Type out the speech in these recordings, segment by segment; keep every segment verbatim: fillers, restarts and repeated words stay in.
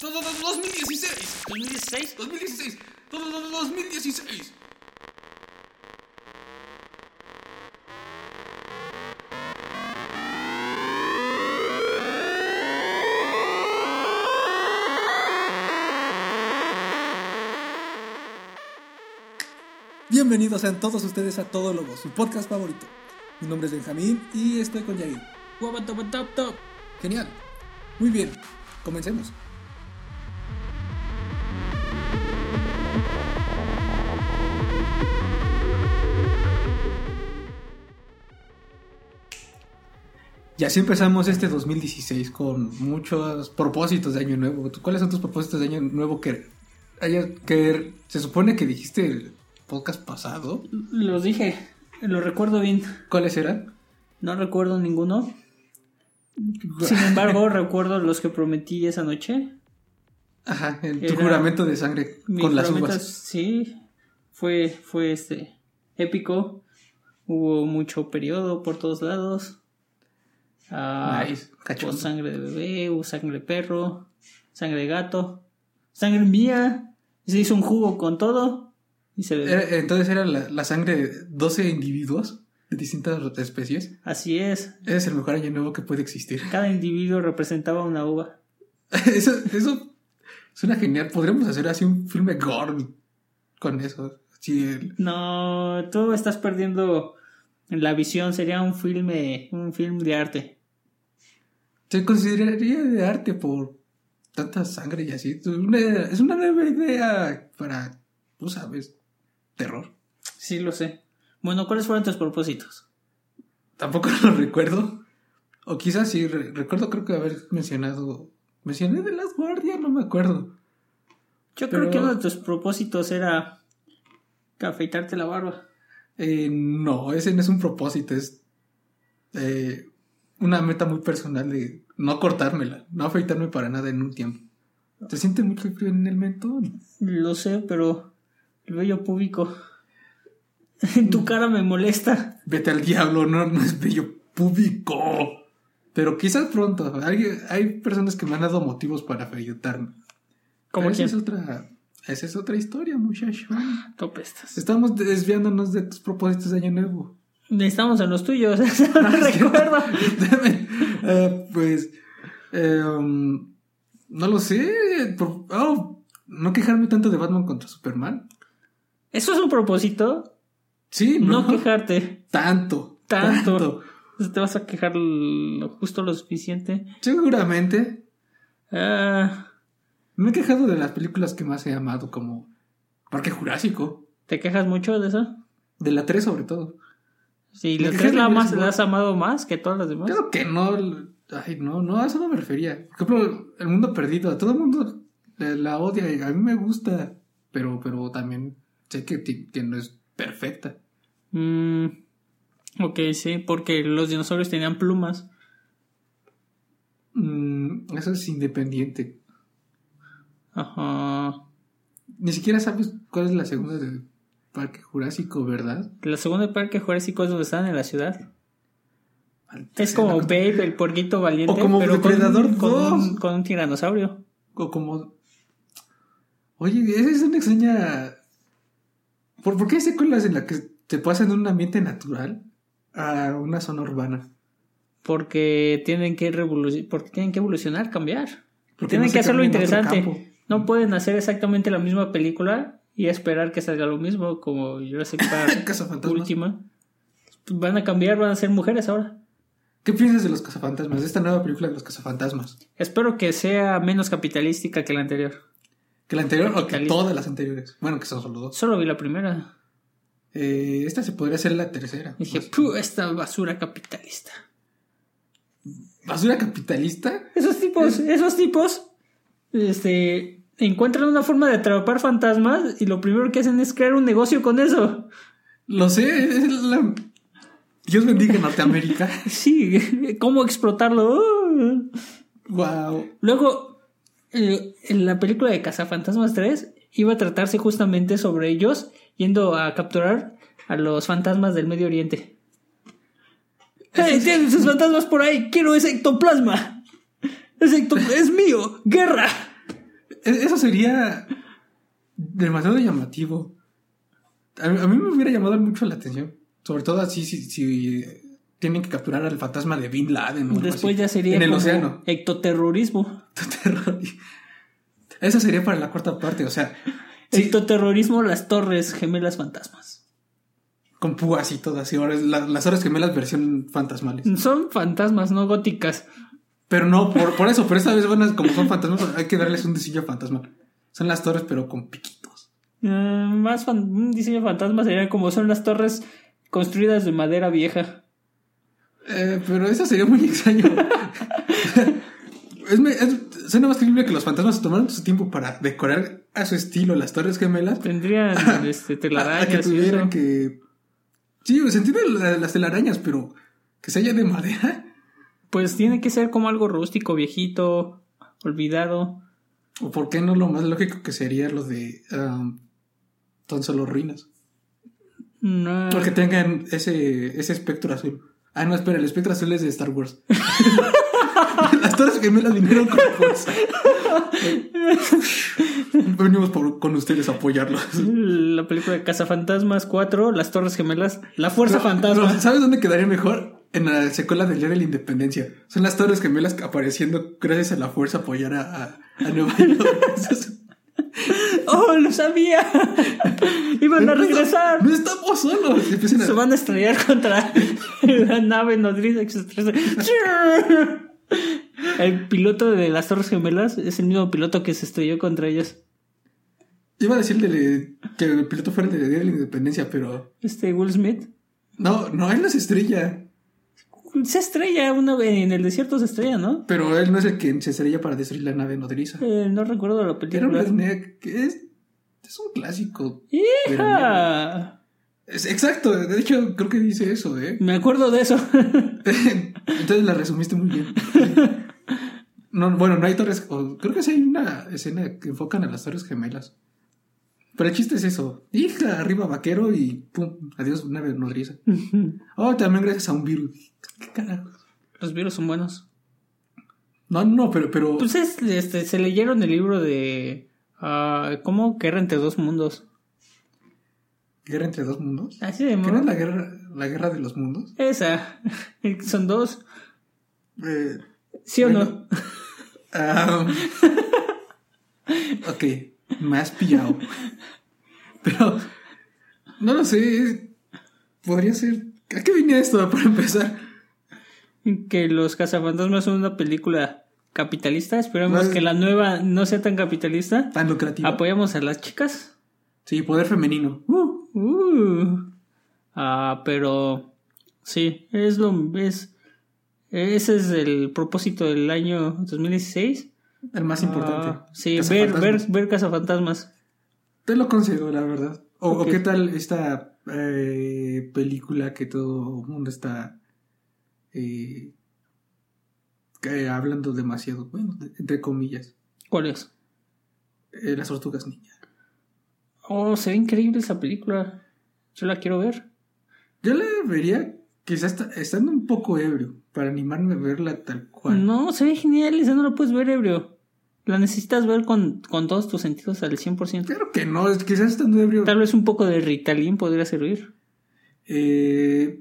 Todo dos mil dieciséis. ¿dos mil dieciséis? dos mil dieciséis. Todo dos mil dieciséis. Bienvenidos sean todos ustedes a Todo Lobo, su podcast favorito. Mi nombre es Benjamín y estoy con Yair. Top. Genial. Muy bien, comencemos. Y así empezamos este dos mil dieciséis con muchos propósitos de año nuevo. ¿Cuáles son tus propósitos de año nuevo que, que se supone que dijiste el podcast pasado? Los dije, lo recuerdo bien. ¿Cuáles eran? No recuerdo ninguno. Sin embargo, recuerdo los que prometí esa noche. Ajá, el, tu Era juramento de sangre con las uvas. Sí, fue, fue este épico. Hubo mucho periodo por todos lados. Uh, nice, hubo sangre de bebé, hubo sangre de perro, sangre de gato, sangre mía. Se hizo un jugo con todo. Y se era, entonces era la, la sangre de doce individuos de distintas especies. Así es. Ese es el mejor año nuevo que puede existir. Cada individuo representaba una uva. Eso, eso suena genial. Podríamos hacer así un filme gore con eso. Sí, el... No, tú estás perdiendo la visión. Sería un filme, un film de arte. Se consideraría de arte por tanta sangre y así. Una, es una nueva idea para, tú sabes, terror. Sí, lo sé. Bueno, ¿cuáles fueron tus propósitos? Tampoco lo recuerdo. O quizás sí, re- recuerdo creo que haber mencionado... Mencioné de las guardias, no me acuerdo. Yo Pero... creo que uno de tus propósitos era afeitarte la barba. Eh, no, ese no es un propósito, es eh, una meta muy personal de no cortármela, no afeitarme para nada en un tiempo. ¿Te sientes mucho frío en el mentón? Lo sé, pero el vello púbico en tu cara me molesta. Vete al diablo, no, no es vello púbico. Pero quizás pronto. Hay, hay personas que me han dado motivos para afeitarme. ¿Cómo quién? Esa es otra, esa es otra historia, muchacho. Topestas. Estamos desviándonos de tus propósitos de año nuevo. Estamos en los tuyos. No recuerdo. uh, pues, eh, um, no lo sé. Por, oh, no quejarme tanto de Batman contra Superman. ¿Eso es un propósito? Sí, no. No quejarte. Tanto. Tanto. Tanto. ¿Te vas a quejar lo justo lo suficiente? Seguramente. Ah, Me he quejado de las películas que más he amado, como Parque Jurásico. ¿te quejas mucho de eso? De la tres sobre todo. Sí, Me ¿la quejé tres de la, más, James la has amado más que todas las demás? Claro que no. Ay, no, no, a eso no me refería. Por ejemplo, El Mundo Perdido. A todo el mundo la odia y a mí me gusta. Pero, pero también sé que, que no es perfecta. Mm, ok, sí, porque los dinosaurios tenían plumas. Mm, eso es independiente. Ajá. Ni siquiera sabes cuál es la segunda de Parque Jurásico, ¿verdad? La segunda Parque Jurásico es donde están en la ciudad. Maldita Es sea, como no- Babe, el puerquito valiente. O como pero Depredador con, con, dos. un, con un tiranosaurio. O como... Oye, esa es una extraña... ¿Por, ¿Por qué hay secuelas en las que se pasan de un ambiente natural a una zona urbana? Porque tienen que revolucionar, porque tienen que evolucionar, cambiar. Porque Tienen no que se hacerlo cambia en otro interesante. campo. No pueden hacer exactamente la misma película y esperar que salga lo mismo, como Jurassic Park Cazafantasmas. última. Van a cambiar, van a ser mujeres ahora. ¿Qué piensas de los cazafantasmas? De esta nueva película de los cazafantasmas. Espero que sea menos capitalística que la anterior. ¿Que la anterior o que Capitalista. todas las anteriores? Bueno, que son solo dos. Solo vi la primera. Eh, esta se podría ser la tercera. Y dije, Más- ¡puh! Esta basura capitalista. ¿Basura capitalista? Esos tipos, esos tipos, este, encuentran una forma de atrapar fantasmas y lo primero que hacen es crear un negocio con eso. Lo sé, es la... Dios bendiga Norteamérica. Sí, ¿cómo explotarlo? Wow. Luego, eh, en la película de Cazafantasmas tres iba a tratarse justamente sobre ellos yendo a capturar a los fantasmas del Medio Oriente. ¡Hey, tienen sus fantasmas por ahí! ¡Quiero ese ectoplasma! ¡Ese ectoplasma es mío! ¡Guerra! eso sería demasiado llamativo. A, a mí me hubiera llamado mucho la atención. Sobre todo así si, si tienen que capturar al fantasma de Bin Laden. O Después así, ya sería en el como océano. ectoterrorismo. Eso sería para la cuarta parte, o sea. Sí, Ectoterrorismo, las torres gemelas fantasmas. con púas y todo así. Ahora es la- las torres gemelas versión fantasmales. Son fantasmas, no góticas. Pero no, por, por eso, pero esta vez van a, como son fantasmas, hay que darles un diseño fantasmal. Son las torres, pero con piquitos. Uh, más fan- un diseño fantasma sería como son las torres construidas de madera vieja. Eh, pero eso sería muy extraño. es, me- es, suena más creíble que los fantasmas se tomaron su tiempo para decorar a su estilo las torres gemelas. Tendrían este, A, a que telarañas y tuvieran eso. que. Sí, se entiende la- las telarañas, pero que se haya de madera. Pues tiene que ser como algo rústico, viejito, olvidado. O por qué no lo más lógico que sería lo de. Um, son solo ruinas. No. Porque tengan ese, ese espectro azul. Ah, no, espera, el espectro azul es de Star Wars. Las torres gemelas vinieron con fuerza. Venimos por- con ustedes a apoyarlos. La película de Cazafantasmas cuatro, Las Torres Gemelas, La Fuerza Fantasma. No, ¿sabes dónde quedaría mejor? En la secuela del Día de la Independencia. Son las torres gemelas apareciendo gracias a la fuerza apoyar a, a, a Nueva York. Eso es- ¡Oh, lo sabía! ¡Iban a regresar! No estamos solos. Y empiezan a- Se van a estrellar contra la nave nodriza extraterrestre. El piloto de las Torres Gemelas es el mismo piloto que se estrelló contra ellas. Iba a decirle que el piloto fuera el del Día de la Independencia, pero... Este Will Smith No, no, él no se estrella. se estrella una vez en el desierto, se estrella, ¿no? Pero él no es el que se estrella para destruir la nave nodriza. Eh, no recuerdo la Era un película. redneck, que es, es un clásico. ¡Hija! Es, exacto, de hecho creo que dice eso, ¿eh? Me acuerdo de eso. Entonces la resumiste muy bien. No, bueno, no hay torres, o- creo que sí hay una escena que enfocan a las torres gemelas. Pero el chiste es eso. Hija, arriba vaquero y pum, adiós nave nodriza. Oh, también gracias a un virus. ¿Qué carajos? Los virus son buenos. No, no, pero, pero Pues es, este, se leyeron el libro de... ah, ¿Cómo? Guerra entre dos mundos. ¿Guerra entre dos mundos? Así de ¿Qué no modo. es la guerra, la guerra de los mundos? Esa. Son dos. Eh, ¿Sí o bueno, um, ok, me has pillado. Pero, no lo sé. Podría ser. ¿A qué venía esto para empezar? no? Que Los Cazafantasmas son una película capitalista. Esperemos No es- que la nueva no sea tan capitalista. Tan lucrativo. Apoyamos a las chicas. Sí, poder femenino. Uh, uh. Ah, pero sí, es lo es ese es el propósito del año dos mil dieciséis. El más importante. Ah, sí, ver, ver, Cazafantasmas. ver Cazafantasmas. Te lo concedo, la verdad. O, Ok. o qué tal esta eh, película que todo el mundo está eh, que hablando demasiado, bueno, de- entre comillas. ¿Cuál es? Eh, las tortugas ninja. Oh, se ve increíble esa película. Yo la quiero ver. Yo la vería quizás esta- estando un poco ebrio para animarme a verla tal cual. No, se ve genial, esa no la puedes ver ebrio. La necesitas ver con, con todos tus sentidos al cien por ciento. Claro que no, es- quizás estando ebrio. Tal vez un poco de Ritalin podría servir. Eh,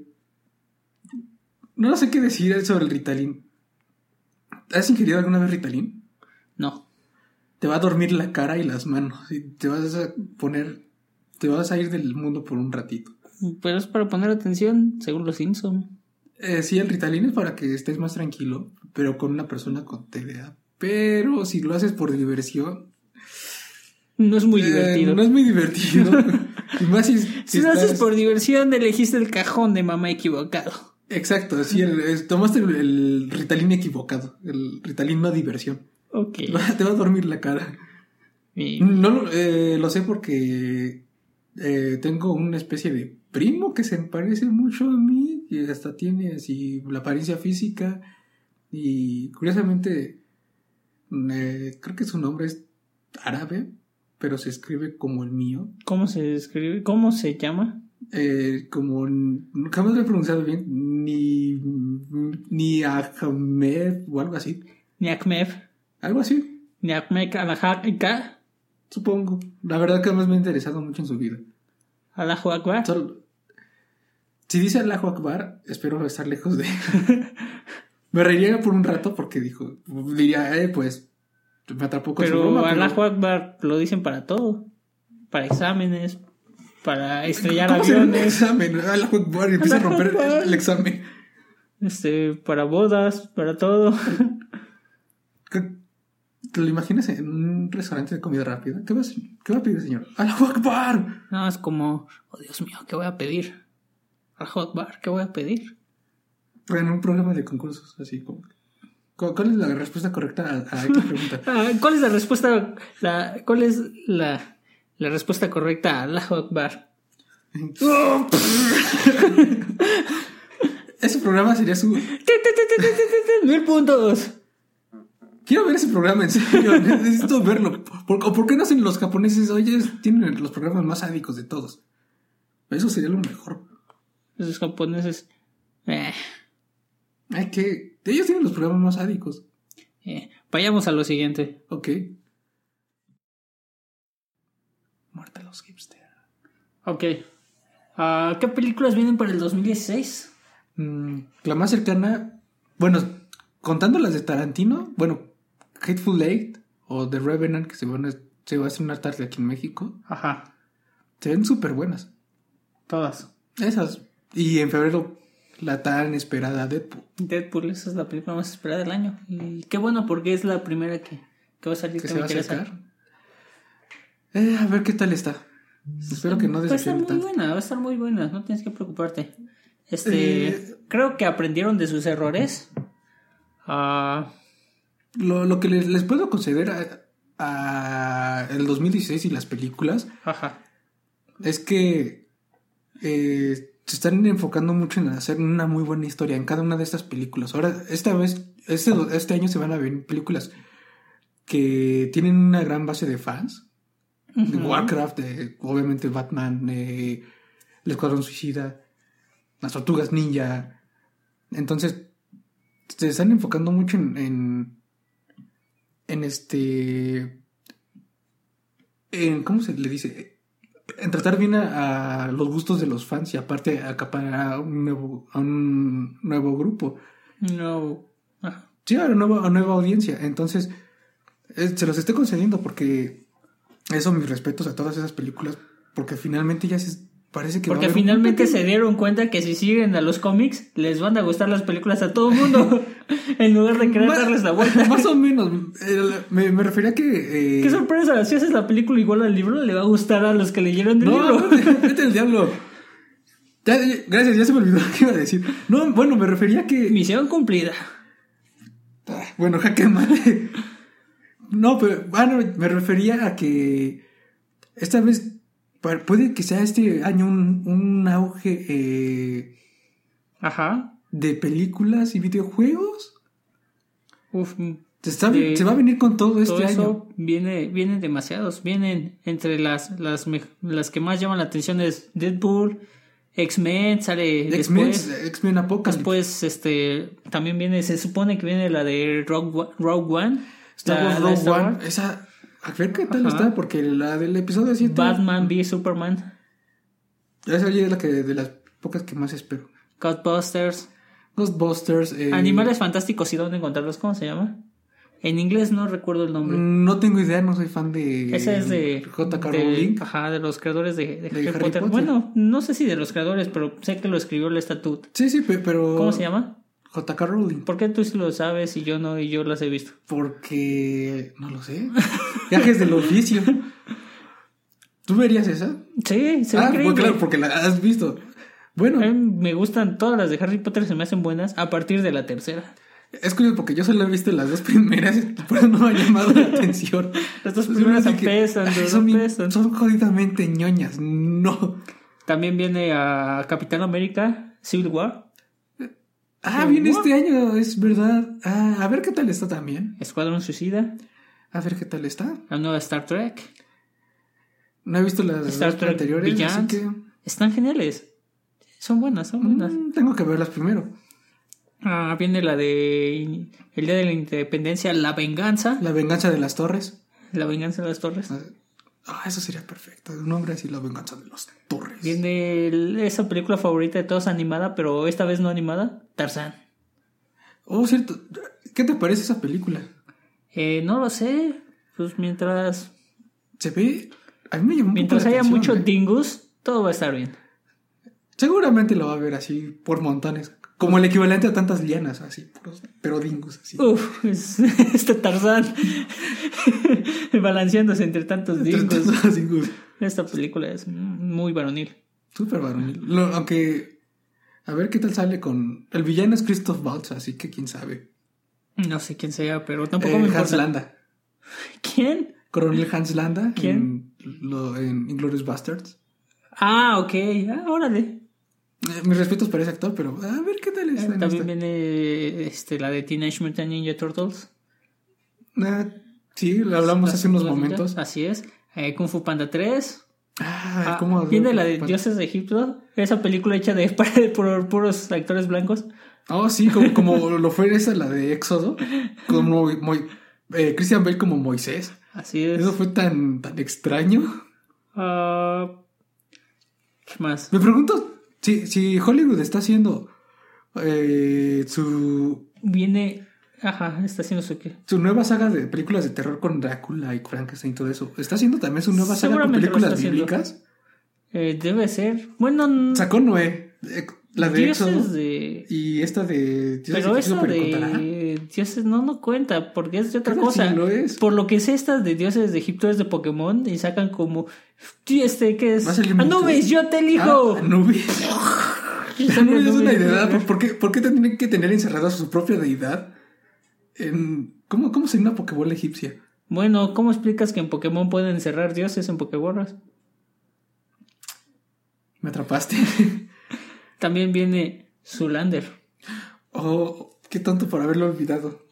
no sé qué decir sobre el Ritalin. ¿Has ingerido alguna vez Ritalin? No. Te va a dormir la cara y las manos. Y te vas a poner. Te vas a ir del mundo por un ratito. Pero es para poner atención, según los Simpson. Eh, sí, el Ritalin es para que estés más tranquilo, pero con una persona con T D A. Pero si lo haces por diversión. No es muy eh, divertido. No es muy divertido. Y más si, si Si lo estás- haces por diversión, elegiste el cajón de mamá equivocado. Exacto, sí, el- es- tomaste el, el Ritalin equivocado. El Ritalin no diversión. Ok. Te va a dormir la cara. Y- No, eh, lo sé porque eh, tengo una especie de primo que se parece mucho a mí y hasta tiene así la apariencia física y curiosamente eh, creo que su nombre es árabe, pero se escribe como el mío, ¿Cómo se escribe? ¿Cómo se llama? eh, como jamás lo he pronunciado bien, ni ni Ahmed o algo así, Niakmev. algo así. Niakmek Alajaka. Supongo. La verdad que además me ha interesado mucho en su vida. Allahu Akbar. Solo- Si dice Allahu Akbar, espero estar lejos de... Me reiría por un rato porque dijo... Diría, eh, pues... Me atrapó con su Pero broma, Allahu pero... Akbar lo dicen para todo. Para exámenes, para estrellar ¿Cómo sería un aviones, examen? Allahu Akbar y empieza a Allahu romper Akbar. el, el examen. este, para bodas, para todo. ¿Qué- ¿Te lo imaginas en un restaurante de comida rápida? ¿Qué va a, qué va a pedir, señor? ¡Allahu Akbar! No, es como, oh Dios mío, ¿qué voy a pedir? Allahu Akbar, ¿qué voy a pedir? En un programa de concursos, así como... ¿Cuál cuál es la respuesta correcta a, a esta pregunta? Ah, ¿Cuál es la respuesta? La, ¿Cuál es la, la respuesta correcta a Allahu Akbar? Ese programa sería su... ¡Ti, ti, ti, ti, ti, ti, ti! ¡Mil puntos! Quiero ver ese programa, en serio. Necesito verlo. ¿Por, o ¿Por qué no hacen los japoneses? Oye, tienen los programas más sádicos de todos. Eso sería lo mejor. Los japoneses. Eh, Ay, que... Ellos tienen los programas más sádicos. eh, Vayamos a lo siguiente. Ok. Muerta los hipsters. Ok. Ah, ¿qué películas vienen para el dos mil dieciséis? Mm, la más cercana... Bueno, contando las de Tarantino... Bueno, Hateful Eight o The Revenant, que se, van a, se va a estrenar tarde aquí en México. Ajá. Se ven súper buenas. Todas. Esas. Y en febrero, la tan esperada Deadpool. Deadpool, esa es la película más esperada del año. Y qué bueno, porque es la primera que, que va a salir Que que se me va a interesa. acercar. Eh, a ver qué tal está. Espero que no Va a estar decepcione muy tanto. buena, va a estar muy buena, no tienes que preocuparte. Este, Eh. creo que aprendieron de sus errores. Ah, Lo, lo que les, les puedo conceder a, a el dos mil dieciséis y las películas ajá. es que eh, se están enfocando mucho en hacer una muy buena historia en cada una de estas películas. Ahora, esta vez, este, este año se van a ver películas que tienen una gran base de fans. De Ujú. Warcraft, de, obviamente Batman, eh, El Escuadrón Suicida, Las Tortugas Ninja. Entonces, se están enfocando mucho en, en, en este, en, ¿cómo se le dice? En tratar bien a, a los gustos de los fans y aparte acaparar a un nuevo, a un nuevo grupo. No. Ah, Sí, a una nueva, a una nueva audiencia. Entonces, eh, se los estoy concediendo porque eso, mis respetos a todas esas películas, porque finalmente ya se parece que va a Porque haber un finalmente pequeño- se dieron cuenta que si siguen a los cómics, les van a gustar las películas a todo el mundo. En lugar de querer Ma- darles la vuelta. Más o menos. Eh, me, me refería a que. eh, Qué sorpresa, si haces la película igual al libro, le va a gustar a los que leyeron el No, libro. vete, vete al diablo. Ya, ya, gracias, ya se me olvidó lo que iba a decir. No, bueno, me refería a que. Misión cumplida. Ah, Bueno, jaque madre. No, pero bueno, me refería a que esta vez pa- puede que sea este año un, un auge eh, Ajá. de películas y videojuegos. Uf, Se, está- de- se va a venir con todo este todo año. eso viene, vienen demasiados. Vienen entre las, las, me- las que más llaman la atención es Deadpool, X-Men, sale X-Men, después. X-Men Apocalypse. Después, este, también viene, se supone que viene la de Rogue, One- Rogue One. Star la- Wars la Rogue Star One. Wars, Esa, a ver qué tal Ajá. está, porque la del episodio siete. Batman v Superman, Esa ya es la que de las pocas que más espero. Ghostbusters, Ghostbusters. eh, Animales Fantásticos y dónde encontrarlos, ¿cómo se llama? En inglés no recuerdo el nombre. No tengo idea, no soy fan de. Esa es de J K. de- Rowling. Ajá, de los creadores de, de Harry, Harry Potter. Potter. Bueno, no sé si de los creadores, pero sé que lo escribió el Estatut. Sí, sí, pe- pero. ¿Cómo se llama? J K. Rowling. ¿Por qué tú sí lo sabes y yo no y yo las he visto? Porque. No lo sé. Viajes del oficio. ¿Tú verías esa? Sí, se ve Ah, increíble. pues claro, porque la has visto. Bueno, A mí me gustan todas las de Harry Potter, se me hacen buenas a partir de la tercera. es curioso porque yo solo he visto las dos primeras, por eso no me ha llamado la atención. Las dos Se me primeras hace que- apestan, ay, dude, son, bien- apestan. son jodidamente ñoñas. No. También viene a Capitán América, Civil War, Ah, ¿Qué? viene este año, es verdad. Ah, a ver qué tal está también. Escuadrón Suicida, A ver qué tal está. la nueva Star Trek. No he visto las Star dos Trek anteriores, así Beyond. que Están geniales. Son buenas, son buenas. mm, tengo que verlas primero. Ah, viene la de el Día de la Independencia, La Venganza. La venganza de las torres. La Venganza de las Torres. Ah, eso sería perfecto. Un nombre así, La venganza de las torres. Viene el- esa película favorita de todos animada, pero esta vez no animada, Tarzán. Oh, cierto. ¿Qué te parece esa película? Eh, no lo sé, pues mientras Se ve... A mí me llamó un mientras poco la haya atención, mucho ¿eh? dingus, todo va a estar bien. Seguramente lo va a ver así por montones. Como el equivalente a tantas lianas, así. puros- Pero dingus, así. Uf, es- este Tarzán balanceándose entre tantos dingus. Tantos dingus. Esta película es muy varonil. Súper varonil. Lo- aunque... A ver qué tal sale con... El villano es Christoph Waltz, así que quién sabe. No sé quién sea, pero tampoco Eh, me Hans importa. Landa. ¿Quién? Coronel Hans Landa. ¿Quién? En, lo, en Inglourious Basterds. Ah, ok. Ah, órale. Eh, mis respetos para ese actor, pero a ver qué tal Eh, está en También esta. viene este, la de Teenage Mutant Ninja Turtles. Ah, sí, lo hablamos Las hace unos tortugas ninja, momentos. Así es. Eh, Kung Fu Panda tres. Ah, Ah, ¿cómo? viene la de Dioses de Egipto. Esa película hecha de por puros actores blancos. Oh, sí, como, como lo fue esa, la de Éxodo. Como Mo- eh, Christian Bale como Moisés. Así es. Eso fue tan, tan extraño. Ah, ¿qué más? Me pregunto si, si Hollywood está haciendo eh, su, Viene. Ajá, está haciendo su qué. su nueva saga de películas de terror con Drácula y Frankenstein y todo eso. ¿Está haciendo también su nueva saga con Seguramente lo películas está haciendo. bíblicas? Eh, debe ser. Bueno, n- Sacó Noé, eh, la de Éxodo. dioses de. Y esta de Dioses Pero de esa Egipto, pero contará. de dioses no, no cuenta, porque es de otra ¿Qué tal cosa. si lo es? Por lo que sé, estas de dioses de Egipto es de Pokémon y sacan como. "Sí, Este, ¿qué es? Va a salir Mewtwo. Anubis, yo te elijo. Ah, Anubis. Y sale Anubis es una Anubis. deidad. ¿Por qué, por qué tienen que tener encerrada su propia deidad? En, ¿cómo, ¿Cómo sería una Pokébola egipcia? Bueno, ¿cómo explicas que en Pokémon pueden encerrar dioses en Pokéborras? Me atrapaste. También viene Zoolander. Oh, qué tonto por haberlo olvidado.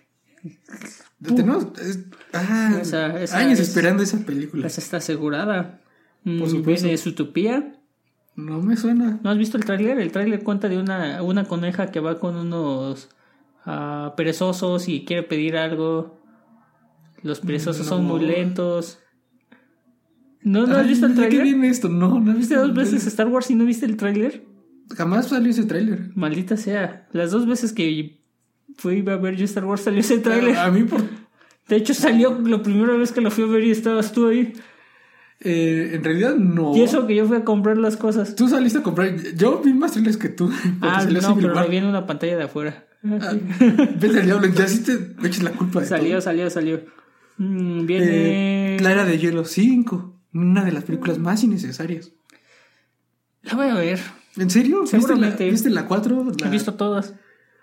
Tenemos es- ah, Esa- esa años es- esperando esa película. Esa está asegurada. Mm, Por supuesto. Viene Zootopia. No me suena. ¿No has visto el tráiler? El tráiler cuenta de una, una coneja que va con unos ah, perezosos y quiere pedir algo. Los perezosos son No. muy lentos. ¿No, ¿no has Ay, visto el ¿de qué tráiler? viene esto? No, no he ¿Viste visto dos el veces tráiler. Star Wars y no viste el tráiler? Jamás salió ese tráiler. Maldita sea. Las dos veces que fui a ver yo Star Wars salió ese tráiler. A mí por De hecho salió la primera vez que lo fui a ver y estabas tú ahí. eh, en realidad no. Y eso que yo fui a comprar las cosas. Tú saliste a comprar. Yo vi más trailers que tú. porque Ah, salió no, Civil pero War. lo vi en una pantalla de afuera. Ah, vete al diablo, ya sí te eches la culpa de Salió, todo. salió, salió. Mm, viene... Eh, la Era de Hielo cinco. Una de las películas más innecesarias. La voy a ver. ¿En serio? ¿Viste la, Seguramente. ¿Viste la cuatro? La, He visto todas.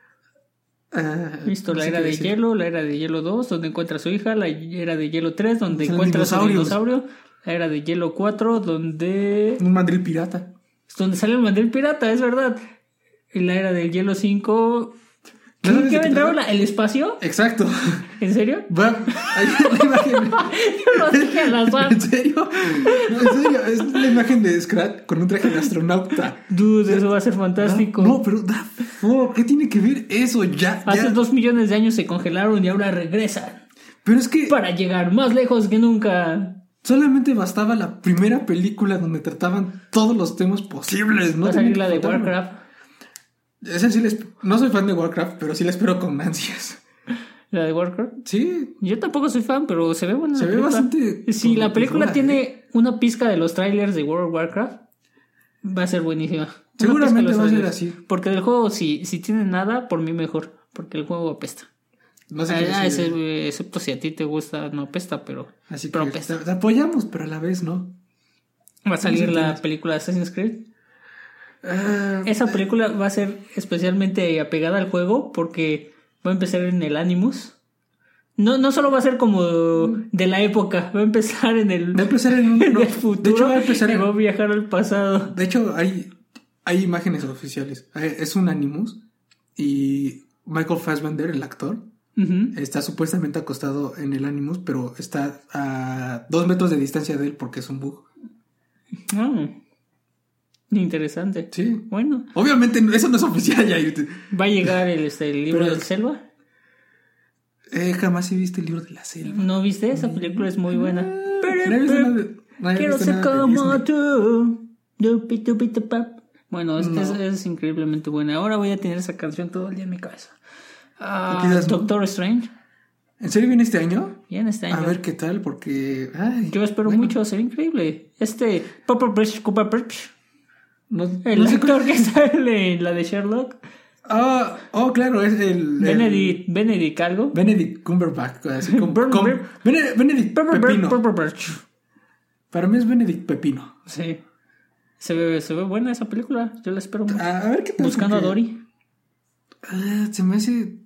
ah, He visto no la sé Era qué de decir. Hielo, la Era de Hielo dos, donde encuentra a su hija, la Era de Hielo tres, donde Son encuentra a su dinosaurios. dinosaurio, la Era de Hielo cuatro, donde... Un mandril pirata. donde sale el mandril pirata, es verdad. Y la Era del Hielo cinco... ¿Qué, ¿No sabes ¿qué de qué vendrá trata? ahora? ¿El espacio? Exacto. ¿En serio? Va, ahí la imagen. Yo lo dije al azar. ¿En serio? No, en serio. Es la imagen de Scrat con un traje de astronauta. Dude, eso va a ser fantástico. No, pero da fuck, ¿qué tiene que ver eso? Ya, Hace ya. dos millones de años se congelaron y ahora regresan. Pero es que Para llegar más lejos que nunca. solamente bastaba la primera película donde trataban todos los temas posibles. No Va a tenían salir que la de faltar- Warcraft. Esa sí les... No soy fan de Warcraft, pero sí la espero con ansias. La de Warcraft. Sí, Yo tampoco soy fan, pero se ve buena. Se la ve película. bastante Si la película conmovedora, tiene una pizca de los trailers de World of Warcraft, va a ser buenísima. Una Seguramente pizca de los va a ser trailers. así. Porque del juego, si, si tiene nada, por mí mejor. Porque el juego apesta. no sé Ah, qué ah, decir. ese- excepto si a ti te gusta, no apesta, pero. Así pero que apesta. te, te apoyamos, pero a la vez no. Va a salir sí la entiendes. película de Assassin's Creed. Ah, Esa película va a ser especialmente apegada al juego porque va a empezar en el Animus. No, no solo va a ser como de la época, va a empezar en el, va a empezar en un... en no, el futuro de hecho, va a empezar y en... va a viajar al pasado. De hecho, hay, hay imágenes oficiales. Hay- Es un Animus y Michael Fassbender, el actor, Ujú. está supuestamente acostado en el Animus, pero está a dos metros de distancia de él porque es un bug. Ah. Interesante. Sí. Bueno, Obviamente eso no es oficial ya. va a llegar el, este, el libro Pero- del Selva. Eh, jamás he visto el libro de la selva. ¿No viste? Esa película es muy buena. No he visto nada de- no he Quiero visto ser nada de como Disney. tú. Dupi, dupi, tupap. Bueno, es, No. es, es increíblemente buena. Ahora voy a tener esa canción todo el día en mi cabeza. Ah, Quizás no. Doctor Strange. ¿En serio viene este año? Bien este año. A ver qué tal, porque... ay, Yo espero bueno, mucho, se ve increíble. Este Papa Brush, Cooper Brush, No, el no sé actor cuál- que sale en la de Sherlock. Ah, oh, claro, es el... el- Benedict, Benedict algo. Benedict Cumberbatch. Así como, Bur- como- bur- Bene- Benedict Papa Pepino. Brush, Papa Brush. Para mí es Benedict Pepino. Sí. Se ve, se ve buena esa película. Yo la espero mucho. A, a ver qué tal. Buscando a porque- Dory. Ah, se me hace...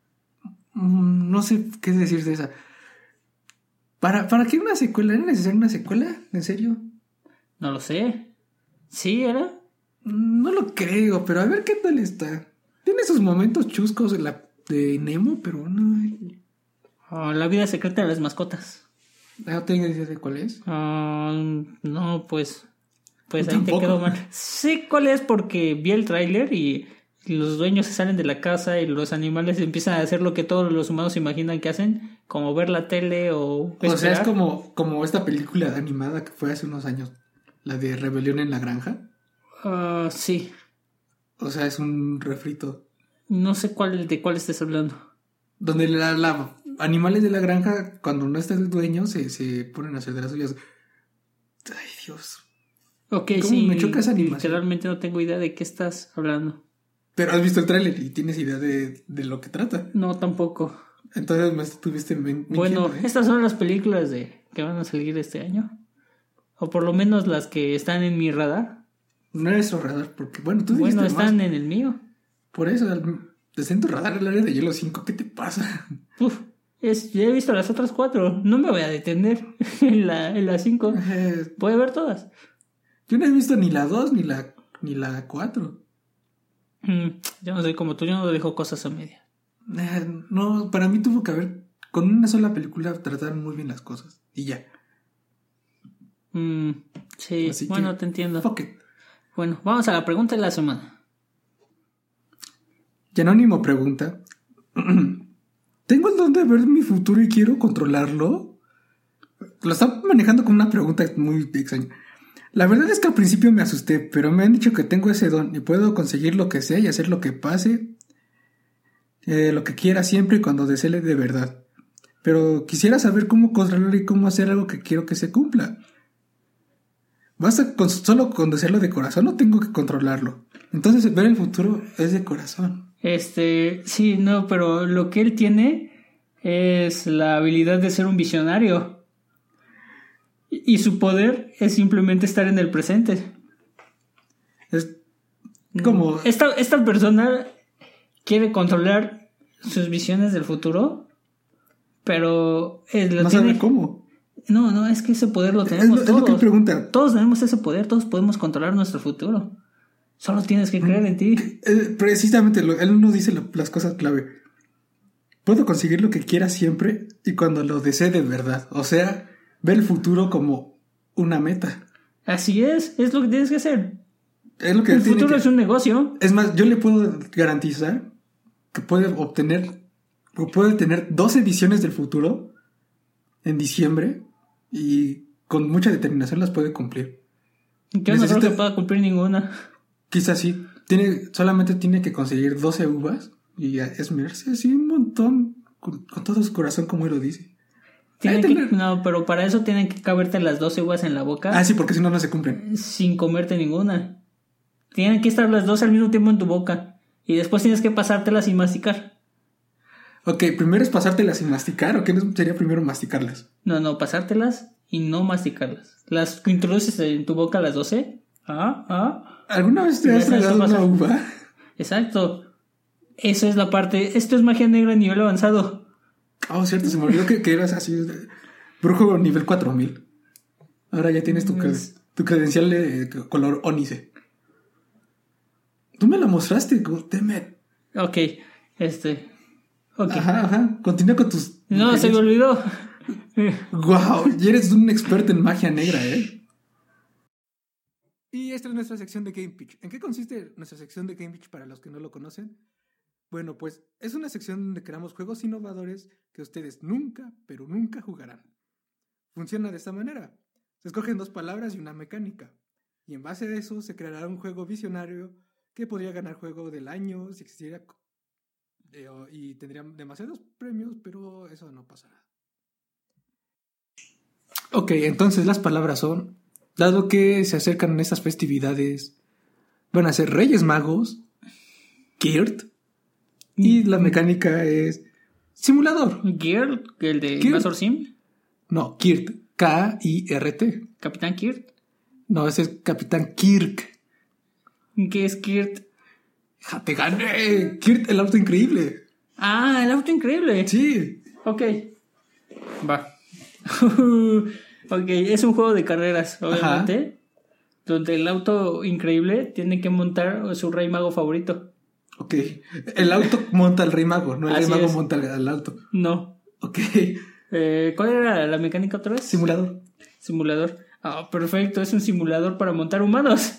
mm, No sé qué decir de esa. ¿Para, ¿Para qué una secuela? ¿Era necesaria una secuela? ¿En serio? No lo sé. ¿Sí era? No lo creo, pero a ver qué tal está. Tiene sus momentos chuscos de, la, de Nemo, pero no... Oh, la vida secreta de las mascotas. No tengo idea de cuál es. Ah, no, pues. Pues ahí Tampoco. te quedó mal. Sé cuál es porque vi el tráiler y los dueños se salen de la casa y los animales empiezan a hacer lo que todos los humanos imaginan que hacen, como ver la tele o. O sea, es esperar. como, como esta película animada que fue hace unos años. La de Rebelión en la Granja. Ah, sí. O sea, es un refrito. No sé cuál de cuál estés hablando. Donde la, la animales de la granja, cuando no está el dueño, se, se ponen a hacer de las suyas. Ay, Dios. Ok, ¿Cómo sí. me choca esa animación? Literalmente no tengo idea de qué estás hablando. Pero has visto el tráiler y tienes idea de, de lo que trata. No, tampoco. Entonces me estuviste men- Bueno, mintiendo, ¿eh? estas son las películas de que van a salir este año. O por lo menos las que están en mi radar. No eres su radar, porque bueno, tú Bueno, dijiste están más. en el mío. Por eso, al- desde en tu radar el área de hielo cinco, ¿qué te pasa? Uf, es, ya he visto las otras cuatro. No me voy a detener en la, en las cinco. Eh, Voy a ver todas. yo no he visto ni la dos ni la ni la cuatro. Mm, yo no soy como tú, yo no dejo cosas a media. Eh, no, para mí tuvo que haber, con una sola película trataron muy bien las cosas. Y ya. Mm, sí, Así que, bueno, te entiendo. Fuck it. Bueno, vamos a la pregunta de la semana. Yanónimo pregunta: ¿tengo el don de ver mi futuro y quiero controlarlo? Lo está manejando como una pregunta muy extraña. La verdad es que al principio me asusté, pero me han dicho que tengo ese don y puedo conseguir lo que sea y hacer lo que pase, eh, lo que quiera siempre y cuando desee de verdad. Pero quisiera saber cómo controlarlo y cómo hacer algo que quiero que se cumpla. Basta con solo con desearlo de corazón, no tengo que controlarlo. Entonces ver el futuro es de corazón. Este, sí, no, pero lo que él tiene es la habilidad de ser un visionario. Y y su poder es simplemente estar en el presente. Es como... Esta, esta persona quiere controlar sus visiones del futuro, pero eh, lo no tiene... sabe cómo. No, no, es que ese poder lo Es tenemos lo, es lo que todos. pregunta. Todos tenemos ese poder, todos podemos controlar nuestro futuro. Solo tienes que creer en ti. Eh, precisamente, lo- él no dice lo- las cosas clave. Puedo conseguir lo que quiera siempre y cuando lo desee de verdad. O sea, ve el futuro como una meta. Así es, es lo que tienes que hacer. Es lo que El él tiene futuro que- es un negocio. Es más, yo le puedo garantizar que puede obtener o puede tener doce visiones del futuro en diciembre y con mucha determinación las puede cumplir. Yo no creo Necesita- que pueda cumplir ninguna. Quizás sí. Tiene, solamente tiene que conseguir doce uvas y esmerarse así un montón con, con todo su corazón, como él lo dice. Tiene Ay, que- tener- no, pero para eso tienen que caberte las doce uvas en la boca Ah, sí, porque si no, no se cumplen. sin comerte ninguna. Tienen que estar las dos al mismo tiempo en tu boca. Y después tienes que pasártelas sin masticar. Ok, primero es pasártelas sin masticar, ¿o qué no sería primero masticarlas? No, no, pasártelas y no masticarlas. Las introduces en tu boca las doce. Ah, ah. ¿Alguna vez te Ya has sabes qué tragado pasa. una uva? Exacto. Eso es la parte. Esto es magia negra a nivel avanzado. Oh, cierto, se me olvidó que, que eras así, de- brujo nivel cuatro mil. Ahora ya tienes tu, cre- Es- tu credencial de color ónice. Tú me la mostraste, goddammit. Ok, este. Ok. Ajá, ajá. Continúa con tus... No, se me olvidó. Wow, y eres un experto en magia negra, ¿eh? Y esta es nuestra sección de Game Pitch. ¿En qué consiste nuestra sección de Game Pitch para los que no lo conocen? Bueno, pues es una sección donde creamos juegos innovadores que ustedes nunca, pero nunca jugarán. Funciona de esta manera. Se escogen dos palabras y una mecánica. Y en base a eso se creará un juego visionario que podría ganar juego del año si existiera. Eh, y tendría demasiados premios, pero eso no pasará. Ok, entonces las palabras son, dado que se acercan estas festividades, van a ser Reyes Magos, Kirt, y la mecánica es simulador. Gear, el de Kirt. Invasor Sim. No, Kirt, K I R T. Capitán Kirt. No, ese es Capitán Kirk. ¿Qué es Kirt? ¡Ja, te gané! Kirt, el auto increíble. Ah, el auto increíble. Sí. Ok. Va. Ok, es un juego de carreras, obviamente. Ajá. Donde el auto increíble tiene que montar su rey mago favorito. Ok. El auto monta al rey mago, no el Así rey mago es. monta al, al auto. No. Ok. Eh, ¿Cuál era la mecánica otra vez? Simulador. Simulador. Ah, perfecto, es un simulador para montar humanos.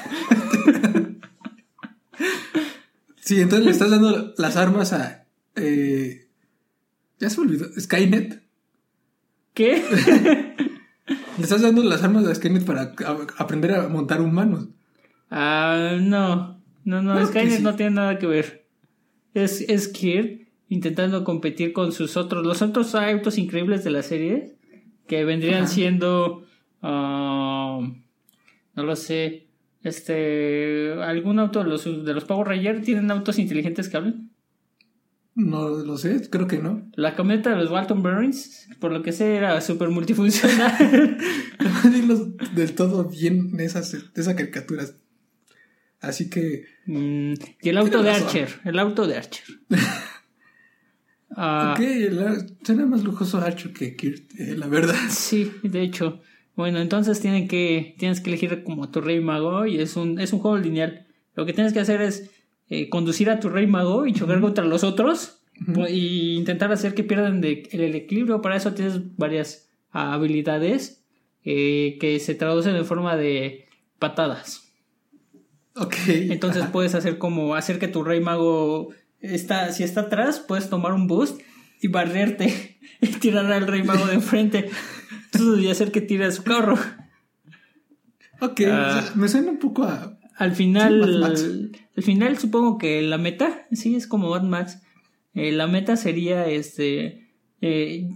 Sí, entonces le estás dando las armas a... Eh, ya se me olvidó. ¿Skynet? ¿Qué? Le estás dando las armas a Skynet para a, aprender a montar humanos. Ah, no. No, no, Creo Skynet sí. no tiene nada que ver. Es, es Kirk intentando competir con sus otros... Los otros autos increíbles de la serie, que vendrían Ajá. siendo... Uh, no lo sé... Este, ¿algún auto de los, de los Power Rangers tienen autos inteligentes que hablan? No lo sé, creo que no. La camioneta de los Walton Burns, por lo que sé, era súper multifuncional. No digo del todo bien esas, esas caricaturas. Así que... mm, y el auto de razón. Archer, el auto de Archer. uh, ok, la, suena más lujoso Archer que Kirt, eh, la verdad. Sí, de hecho. Bueno, entonces tienen que, tienes que elegir como a tu rey mago y es un, es un juego lineal. Lo que tienes que hacer es eh, conducir a tu rey mago y chocar uh-huh. contra los otros uh-huh. y intentar hacer que pierdan de, el, el equilibrio. Para eso tienes varias uh, habilidades eh, que se traducen en forma de patadas. Ok. Entonces Ajá. puedes hacer como hacer que tu rey mago está, si está atrás, puedes tomar un boost y barrerte y tirar al rey mago de enfrente. Entonces, y hacer que tire a su carro. Ok, uh, me suena un poco a... Al final, sí, Mad Max. al final supongo que la meta, sí, es como Mad Max. Eh, la meta sería este eh,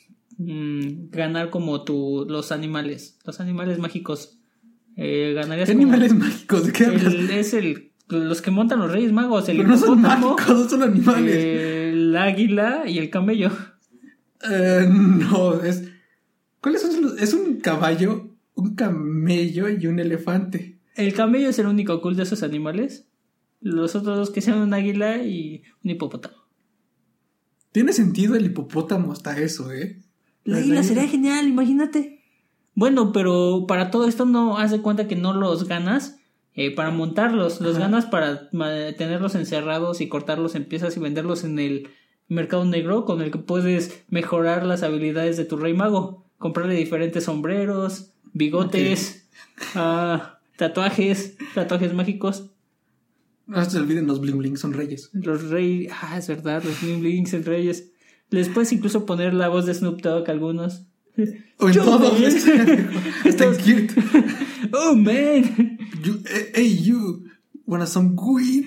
mm, ganar como tu, los animales, los animales mágicos. Eh, ganarías ¿Qué como, animales mágicos? ¿De qué hablas? el, es el, los que montan los Reyes Magos. El Pero no son hipopótamo, mágicos, no son animales. eh, el águila y el camello. Uh, no, es... ¿Cuáles son los...? Es un caballo, un camello y un elefante. El camello es el único cool de esos animales. Los otros dos que sean un águila y un hipopótamo. Tiene sentido el hipopótamo hasta eso, ¿eh? La águila sería genial, imagínate. Bueno, pero para todo esto no haz de cuenta que no los ganas eh, para montarlos. Los Ajá. ganas para tenerlos encerrados y cortarlos en piezas y venderlos en el mercado negro, con el que puedes mejorar las habilidades de tu rey mago. Comprarle diferentes sombreros, bigotes, okay. uh, tatuajes, tatuajes mágicos. No se olviden, los bling bling son reyes. Los reyes, ah, es verdad, los bling bling son reyes. Les puedes incluso poner la voz de Snoop Dogg a algunos. O en todo, está en Kirt. Oh, man. You, hey, you, wanna some weed?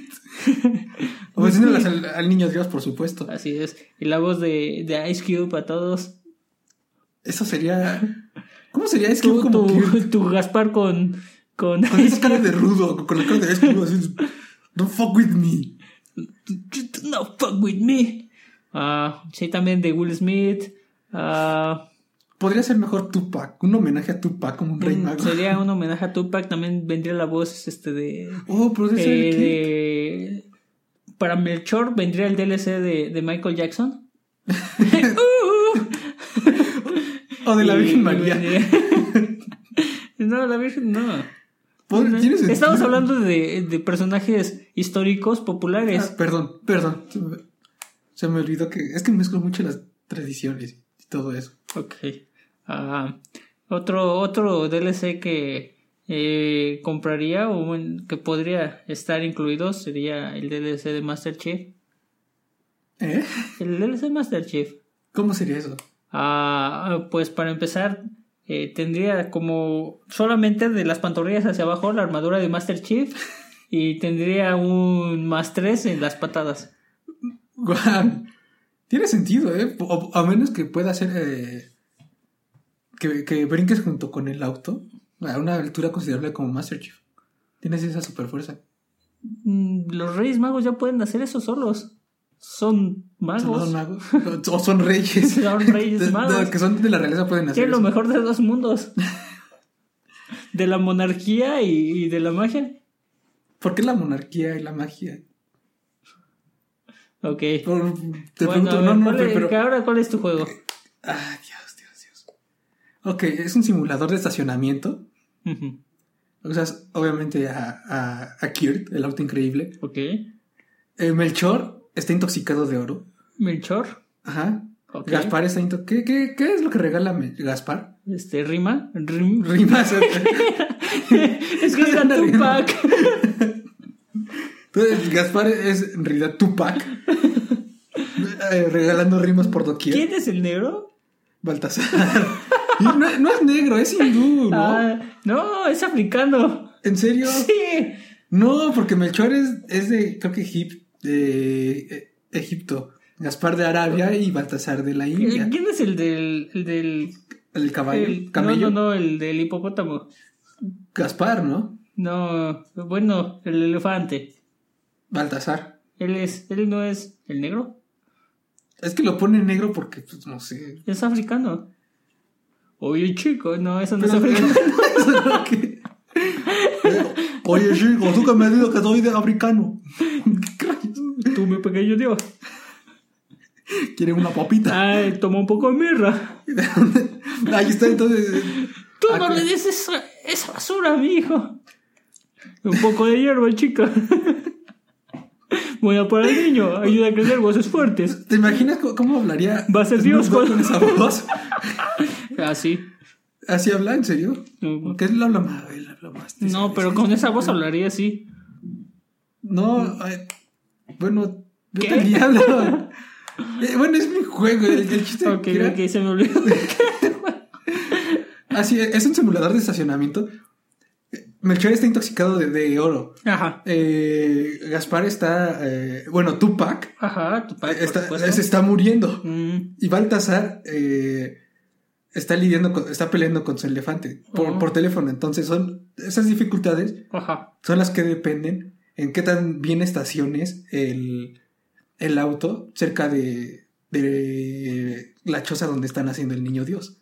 O diciéndolas al, al niño Dios, por supuesto. Así es. Y la voz de, de Ice Cube a todos. Eso sería... ¿Cómo sería Ice Cube como tu, Kirt? Tu Gaspar con... Con, con esa cara de rudo, con la cara de Ice Cube así... Don't fuck with me. No fuck with me. Uh, sí, también de Will Smith. Uh, Podría ser mejor Tupac. Un homenaje a Tupac como un rey mago. Sería un homenaje a Tupac. También vendría la voz este de... Oh, podría ser eh, de, para Melchor vendría el D L C de, de Michael Jackson. uh, o de la Virgen María. No, la Virgen no. ¿Tiene sentido? Estamos hablando de, de personajes históricos populares. Ah, perdón, perdón. Se me, se me olvidó que... Es que mezclo mucho las tradiciones y todo eso. Ok. Uh, otro, otro D L C que, eh, compraría o en- que podría estar incluido sería el D L C de MasterChef. ¿Eh? El D L C de MasterChef. ¿Cómo sería eso? Ah, pues para empezar, eh, tendría como solamente de las pantorrillas hacia abajo la armadura de Master Chief y tendría un más tres en las patadas. Guau. Tiene sentido, ¿eh? O- a menos que pueda ser eh, que, que brinques junto con el auto a una altura considerable como Master Chief. Tienes esa super fuerza. Mm, Los Reyes Magos ya pueden hacer eso solos. Son magos. ¿Son magos? O son reyes. Son reyes De- de- magos. que son de la realeza pueden hacer Tienen lo eso. mejor de dos mundos. De la monarquía y, y de la magia. ¿Por qué la monarquía y la magia? Ok. Por- te Bueno, pregunto, a no, ver, no, ¿cuál pero, es- pero- que ahora, ¿cuál es tu juego? Ah, Dios, Dios, Dios. Ok, es un simulador de estacionamiento. Ujú. Usas obviamente a, a, a Kirt, el auto increíble. Ok. Eh, Melchor está intoxicado de oro. Melchor. Ajá. Ok. Gaspar está intoxicado. ¿Qué, qué, ¿Qué es lo que regala Me- Gaspar? Este, rima. Rim- Rimas. es que era Una rima. Tupac. Entonces, Gaspar es en realidad Tupac. eh, regalando rimas por doquier. ¿Quién es el negro? Baltasar. Y no, no es negro, es hindú, ¿no? Ah, no, es africano. ¿En serio? Sí. No, porque Melchor es, es de, creo que Egip- de eh, Egipto. Gaspar de Arabia y Baltasar de la India. ¿Quién es el del. El del. El caballo, el- camello. No, no, no, el del hipopótamo. Gaspar, ¿no? No, bueno, el elefante. Baltasar. Él es. Él no es el negro. Es que lo pone negro porque, pues, no sé. Es africano. Oye, chico, no, eso no Pero- es africano. Eso es lo que- Eh, Oye, chico, tú que me digas que soy de africano. ¿Qué rayos? Tú, mi pequeño Dios. Quiere una papita. Ay, toma un poco de mirra. Ahí está, entonces. Tú no acá- le des esa, esa basura a mi hijo. Un poco de hierba, chica. Buena para el niño. Ayuda a crecer huesos fuertes. ¿Te imaginas cómo, cómo hablaría? Va a ser Snoop Dios Dogg con- con esa voz. Así. ¿Así habla? ¿En serio? No, Porque él habla más. Él habla más. no, pero con esa voz hablaría así. No, ay, bueno, vete ¿Qué? al diablo. Eh, bueno, es mi juego. El, el chiste. Ok, que era- ok, se me olvidó. Así es, es un simulador de estacionamiento. Melchor está intoxicado de, de oro. Ajá. Eh, Gaspar está. eh, bueno, Tupac Ajá, tu padre, por está, supuesto. se está muriendo. Mm, Y Baltasar eh, está lidiando con- está peleando con su elefante por, Oh. por teléfono. Entonces son esas dificultades ajá. son las que dependen en qué tan bien estaciones el, el auto cerca de, de la choza donde están haciendo el niño Dios.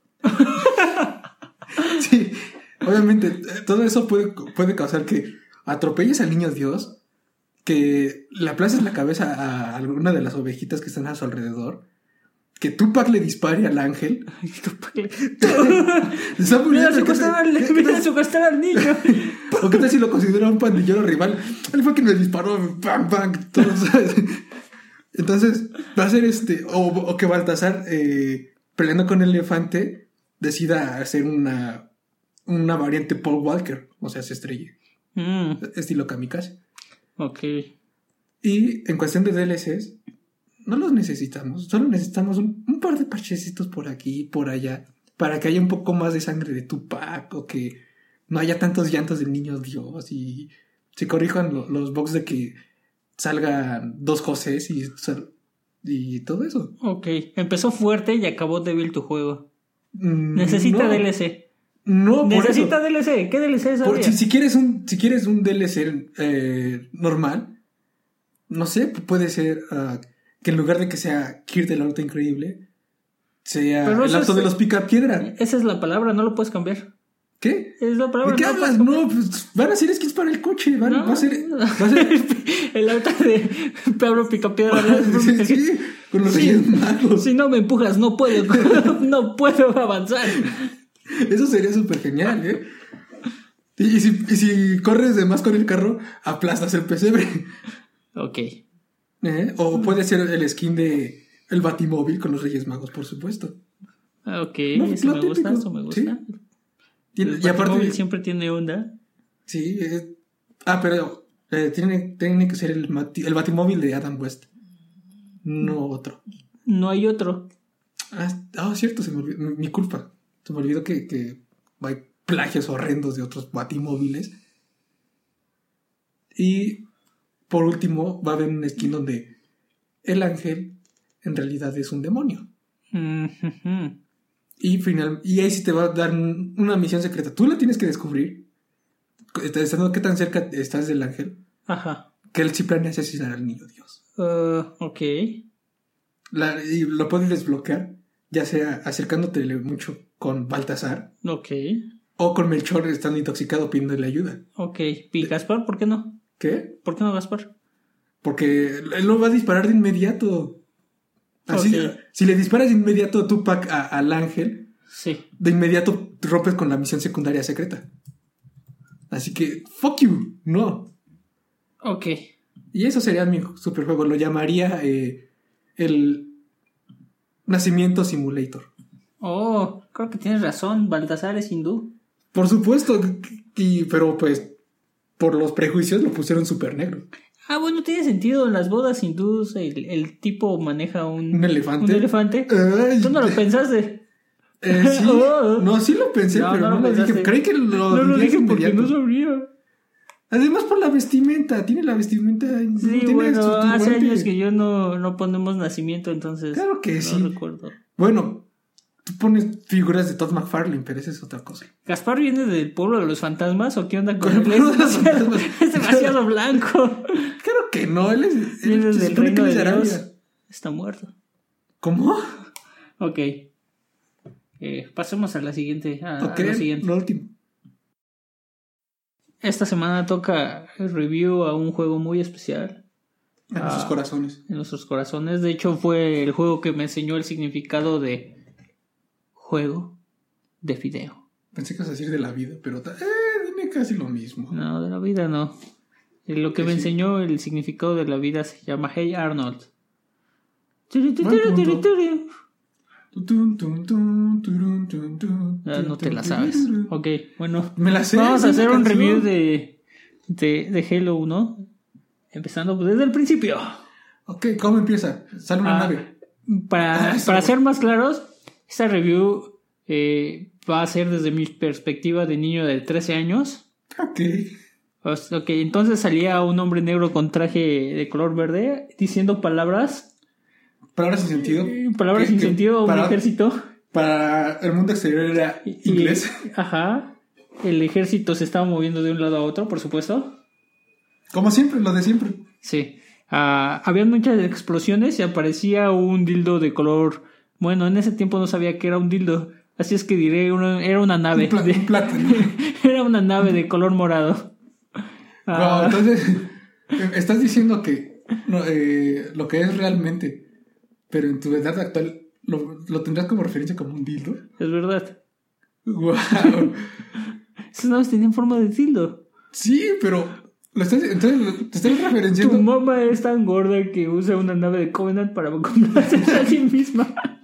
Sí, obviamente eh, todo eso puede, puede causar que atropelles al niño Dios, que le aplaces la cabeza a alguna de las ovejitas que están a su alrededor, que Tupac le dispare al ángel. Tupac. Se está Mira, muriendo, ¿qué secuestrar tal- al, qué- qué mira, tal- secuestrar al niño. ¿O qué tal si lo considera un pandillero rival? Él fue quien me disparó, bang, bang, todo, ¿sabes? Entonces, va a ser este, o, o que Baltasar, eh, peleando con el elefante, decida hacer una, una variante Paul Walker, o sea, se estrelle, Mm, estilo kamikaze. ok. Y en cuestión de D L Cs, no los necesitamos, solo necesitamos un, un par de parchecitos por aquí y por allá, para que haya un poco más de sangre de Tupac, o que no haya tantos llantos del niño Dios, y se corrijan lo- los bugs de que salgan dos Josés y, sal- y todo eso. Ok. Empezó fuerte y acabó débil tu juego. Mm, Necesita no, D L C. No, por Necesita eso. D L C. ¿Qué D L C es Por- había? si, si quieres un, si quieres un D L C eh, normal, no sé, puede ser ah, que en lugar de que sea Kirt del auto increíble, sea Pero el eso auto es- de los pica piedra. Esa es la palabra, no lo puedes cambiar. ¿Qué? Es la palabra. ¿De qué no lo hablas? puedes cambiar. No, pues van a hacer skins para el coche. Van, No. va a ser. Va a ser El auto de Pablo Picapiedra. sí, sí, con los Sí. Reyes Magos. Si no me empujas, no puedo. No puedo avanzar. Eso sería súper genial, ¿eh? Y, y si, y si corres de más con el carro, aplastas el pesebre. Ok. ¿Eh? O puede ser el skin de el Batimóvil con los Reyes Magos, por supuesto. Ok, No, eso lo me típico, gusta, eso me gusta. ¿sí? Tiene- El y aparte, Batimóvil siempre tiene onda. sí. eh, ah, pero eh, tiene, tiene que ser el, mati- el Batimóvil de Adam West. No otro. No hay otro. Ah, ah, cierto, se me olvidó. Mi, mi culpa. Se me olvidó que, que hay plagios horrendos de otros Batimóviles. Y por último, va a haber una skin donde el ángel en realidad es un demonio. Mm-hmm. Y, final, y ahí sí te va a dar un- una misión secreta. Tú la tienes que descubrir. Estando qué tan cerca estás del ángel. Ajá. Que él sí planea asesinar al niño Dios. Uh, ok. La- y lo puedes desbloquear, ya sea acercándote mucho con Baltasar Ok. o con Melchor estando intoxicado pidiéndole ayuda. Ok. ¿Y Gaspar? ¿Por qué no? ¿Qué? ¿Por qué no Gaspar? Porque él no va a disparar de inmediato. Así, Ok. si le disparas de inmediato Tupac a- al ángel, Sí. de inmediato rompes con la misión secundaria secreta. Así que, fuck you, no. Ok. Y eso sería mi superjuego. Lo llamaría eh, el Nacimiento Simulator. Oh, creo que tienes razón. Baltasar es hindú. Por supuesto, y, pero pues por los prejuicios lo pusieron súper negro. Ah, bueno, tiene sentido. En las bodas hindús el, el tipo maneja un... ¿Un elefante? ¿Un elefante? Ay, ¿Tú no lo pensaste? eh, sí. Oh. No, sí lo pensé, No, pero no no, lo lo dije. pensaste. Creí que lo No lo dirías dije porque inmediato. no sabría. Además por la vestimenta, tiene la vestimenta. Sí, tiene bueno, su hace turbante. años que yo no, no ponemos nacimiento, entonces... Claro que no sí. recuerdo. Bueno, tú pones figuras de Todd McFarlane, pero esa es otra cosa. ¿Gaspar viene del pueblo de los fantasmas o qué onda con Con él? el pueblo Es de los demasiado, fantasmas. es demasiado blanco. Claro que no, él es. Él Viene se del supone que reino él es de Arabia. Dios. Está muerto. ¿Cómo? Ok. Eh, pasemos a la siguiente. A, Ok, a lo siguiente. lo último. Esta semana toca el review a un juego muy especial En Ah. sus corazones. en nuestros corazones. De hecho, fue el juego que me enseñó el significado de juego de video. Pensé que ibas a decir de la vida, pero ta- eh, dime casi lo mismo. No, de la vida no. Eh, Lo que Que me sí. enseñó el significado de la vida se llama Hey Arnold. Turu, tu, Buen turu, turu, punto. turu. Tun, tun, tun, turun, tun, tun, Ah, no te tun, la tun, sabes. turun. Ok, bueno. Me la sé. Vamos a es una hacer un canción. review de, de, de Halo uno. Empezando desde el principio. Ok, ¿cómo empieza? Sale una Ah, nave. Para, Ah, eso. para ser más claros, esta review eh, va a ser desde mi perspectiva de niño de trece años. Ok. O sea, ok, entonces salía un hombre negro con traje de color verde diciendo palabras. Palabras sin sentido. eh, Palabras ¿Qué- sin qué- sentido a un para, ejército. para el mundo exterior era Y- inglés. Ajá. El ejército se estaba moviendo de un lado a otro, por supuesto. Como siempre, lo de siempre. Sí. Ah, habían muchas explosiones y aparecía un dildo de color... Bueno, en ese tiempo no sabía que era un dildo. Así es que diré, una- era una nave. Un, pla- de- un plátano. Era una nave de color morado. Ah, Wow, entonces, eh, estás diciendo que no, eh, lo que es realmente, pero en tu edad actual, lo, lo tendrás como referencia como un dildo. es verdad. Wow. Esas naves tenían forma de dildo. Sí, pero lo estás, entonces lo- te estás Tu referenciando. mamá es tan gorda que usa una nave de Covenant para complacerse a sí misma.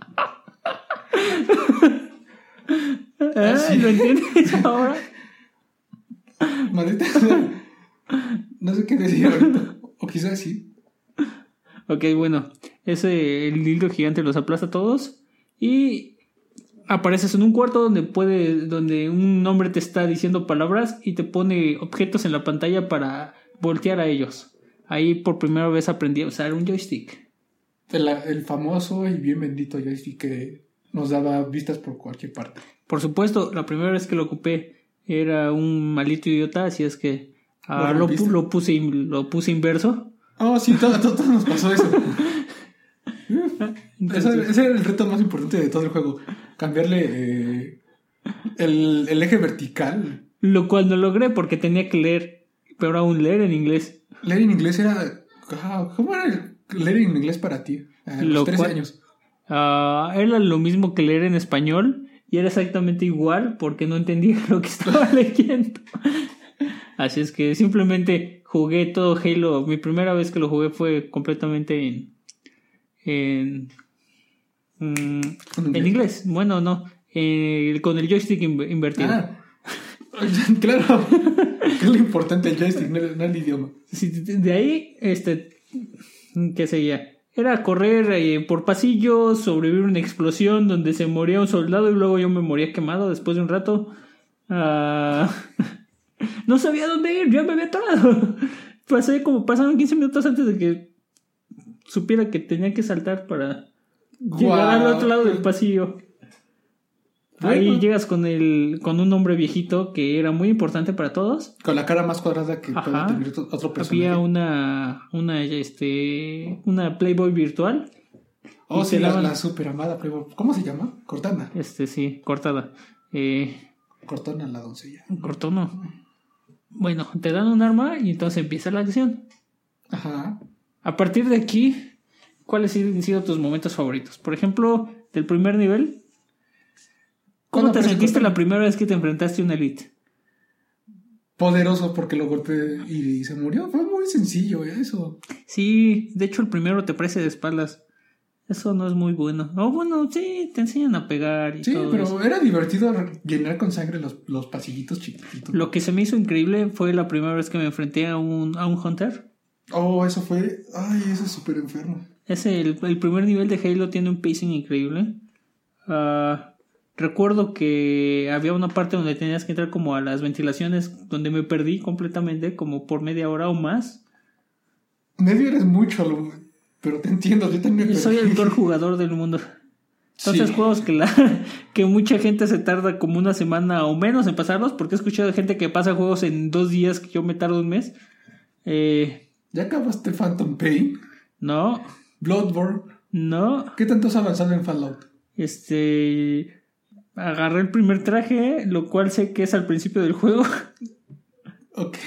Ah, sí. ¿Lo entiendes ahora? Maldita sea. No sé qué decir ahorita. O quizás sí. Ok, bueno. Ese, el dildo gigante los aplasta a todos. Y apareces en un cuarto donde puede, donde un hombre te está diciendo palabras y te pone objetos en la pantalla para voltear a ellos. Ahí por primera vez aprendí a usar un joystick. El, el famoso y bien bendito joystick que nos daba vistas por cualquier parte. Por supuesto, la primera vez que lo ocupé era un maldito idiota, así es que ah, ¿Lo lo, rompiste? pu- lo puse in- lo puse inverso. Oh, sí, todo, todo, todo nos pasó eso. Entonces, Ese, ese era el reto más importante de todo el juego. Cambiarle eh, el, el eje vertical. lo cual no logré porque tenía que leer, pero aún leer en inglés. Leer en inglés era... ah, ¿Cómo era el leer en inglés para ti? A los Lo trece cual- años. Ah, era lo mismo que leer en español y era exactamente igual porque no entendía lo que estaba leyendo. Así es que simplemente jugué todo Halo. Mi primera vez que lo jugué fue completamente en en, mm, ¿En en inglés? inglés. Bueno, no, eh, con el joystick inv- invertido. Ah, Claro. Que es lo importante el joystick, no el, no el idioma. Sí, de de ahí, este, ¿qué seguía? Era correr eh, por pasillos, sobrevivir a una explosión donde se moría un soldado y luego yo me moría quemado después de un rato. Ah, no sabía dónde ir, ya me había atorado. Pasé como pasaron quince minutos antes de que supiera que tenía que saltar para llegar al otro lado del pasillo. Ahí Bueno. llegas con el con un hombre viejito que era muy importante para todos. Con la cara más cuadrada que Ajá. pueda tener otro personaje. Había una una este una Playboy virtual. Oh, y sí, te la, daban- la super amada Playboy. ¿Cómo se llama? Cortana. Este sí, cortada. Eh, Cortana la doncella. cortó no. Bueno, te dan un arma y entonces empieza la acción. Ajá. A partir de aquí, ¿cuáles han sido tus momentos favoritos? Por ejemplo, del primer nivel. ¿Cómo ¿Cuándo te aparece sentiste Cortana? la primera vez que te enfrentaste a una elite? Poderoso porque lo golpeé y se murió. Fue muy sencillo eso. Sí, de hecho el primero te parece de espaldas. Eso no es muy bueno. O bueno, sí, te enseñan a pegar y Sí, todo pero eso. era divertido llenar con sangre los, los pasillitos chiquititos. Lo que se me hizo increíble fue la primera vez que me enfrenté a un, a un Hunter. Oh, eso fue... Ay, eso es súper enfermo. Ese, el, el primer nivel de Halo tiene un pacing increíble. Ah, recuerdo que había una parte donde tenías que entrar como a las ventilaciones, donde me perdí completamente, como por media hora o más. Medio eres mucho, lo- pero te entiendo. Yo también me Yo soy perdí. el peor jugador del mundo. Entonces Sí. juegos que la que mucha gente se tarda como una semana o menos en pasarlos, porque he escuchado de gente que pasa juegos en dos días que yo me tardo un mes. Eh, ¿Ya acabaste Phantom Pain? no, Bloodborne. no. ¿Qué tanto has avanzado en Fallout? Este agarré el primer traje, lo cual sé que es al principio del juego. Ok.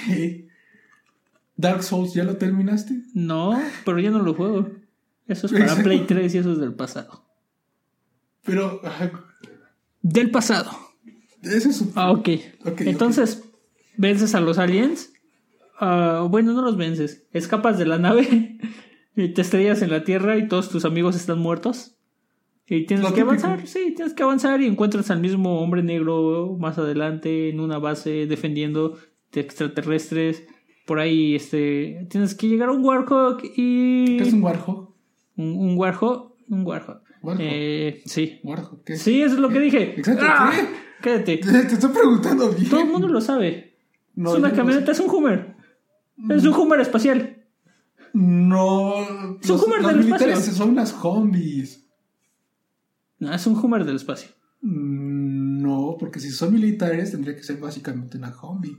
Dark Souls, ¿ya lo terminaste? No, pero ya no lo juego. Eso es para Exacto. Play tres y eso es del pasado. Pero... ajá, Del pasado. ese es un... Ah, ok. Ok, Entonces, vences a los aliens. Ah, bueno, no los vences. Escapas de la nave. Y te estrellas en la tierra y todos tus amigos están muertos. Y tienes Lo que típico. avanzar. Sí, tienes que avanzar y encuentras al mismo hombre negro más adelante en una base defendiendo de extraterrestres. Por ahí, este, tienes que llegar a un Warhawk y... ¿Qué es un Warhawk? Un, un Warhawk. Un Warhawk. Warhawk. Eh, sí. Warhawk, ¿qué? Sí, eso es lo que dije. Exacto, ¡Ah! ¿qué? Quédate. Te, te estoy preguntando bien. Todo el mundo lo sabe. No, es una yo no camioneta, es un Hummer. Es un Hummer espacial. No. Es un Los, Hummer los del militares espacio. son unas zombies. No, es un Hummer del espacio. Mm, No, porque si son militares tendría que ser básicamente una zombie.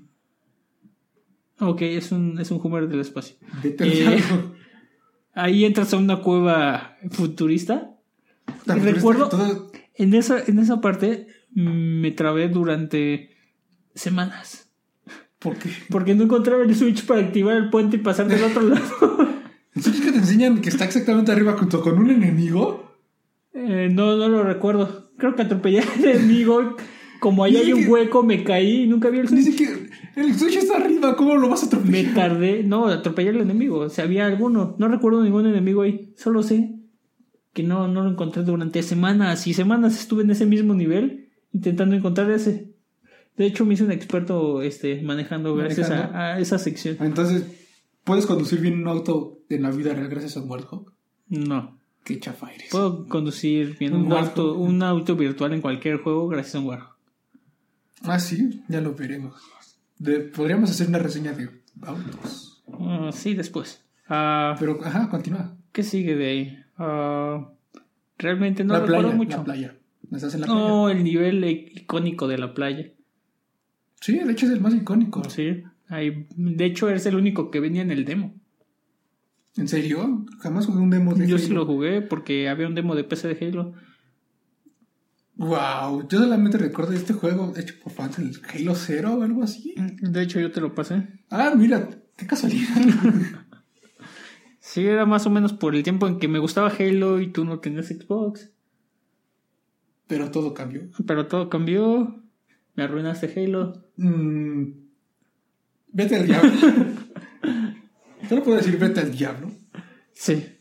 Ok, es un, es un Hummer del espacio. Vete al Eh, diablo. Ahí entras a una cueva futurista. Tan y fuerte recuerdo- que todo- En esa, en esa parte mm, me trabé durante semanas. ¿Por qué? Porque no encontraba el switch para activar el puente y pasar del otro lado. ¿Entonces que te enseñan que está exactamente arriba junto con un enemigo? Eh, no, no lo recuerdo. Creo que atropellé al enemigo. Como ahí Ni hay un siquiera- hueco, me caí y nunca vi el Ni switch. siquiera. El Switch está arriba, ¿cómo lo vas a Me atropellar? tardé. No, atropellé al enemigo. O sea, había alguno. No recuerdo ningún enemigo ahí. Solo sé que no, no lo encontré durante semanas. Y semanas estuve en ese mismo nivel intentando encontrar ese. De hecho, me hice un experto este, manejando gracias ¿Manejando? a, a esa sección. Entonces, ¿puedes conducir bien un auto en la vida real gracias a un Warthog? No. Qué chafa eres. Puedo conducir bien Un un, Warthog. auto, un auto virtual en cualquier juego gracias a un Warthog. Ah, sí, ya lo veremos. De- podríamos hacer una reseña de autos. Ah, sí, después. Ah, Pero, ajá, continúa. ¿qué sigue de ahí? Ah, realmente no la recuerdo playa, mucho. la playa. ¿Estás en la playa? No, el nivel icónico de la playa. Sí, de hecho es el más icónico. Sí. Ahí, de hecho, eres el único que venía en el demo. ¿En serio? Jamás jugué un demo de Yo Halo. sí lo jugué porque había un demo de P C de Halo. Wow, yo solamente recuerdo este juego hecho por fans del Halo Zero o algo así. De hecho, yo te lo pasé. Ah, mira, qué casualidad. Sí, era más o menos por el tiempo en que me gustaba Halo y tú no tenías Xbox. Pero todo cambió. Pero todo cambió. Me arruinaste Halo. Mm, vete al diablo. Solo puedo decir vete al diablo. Sí.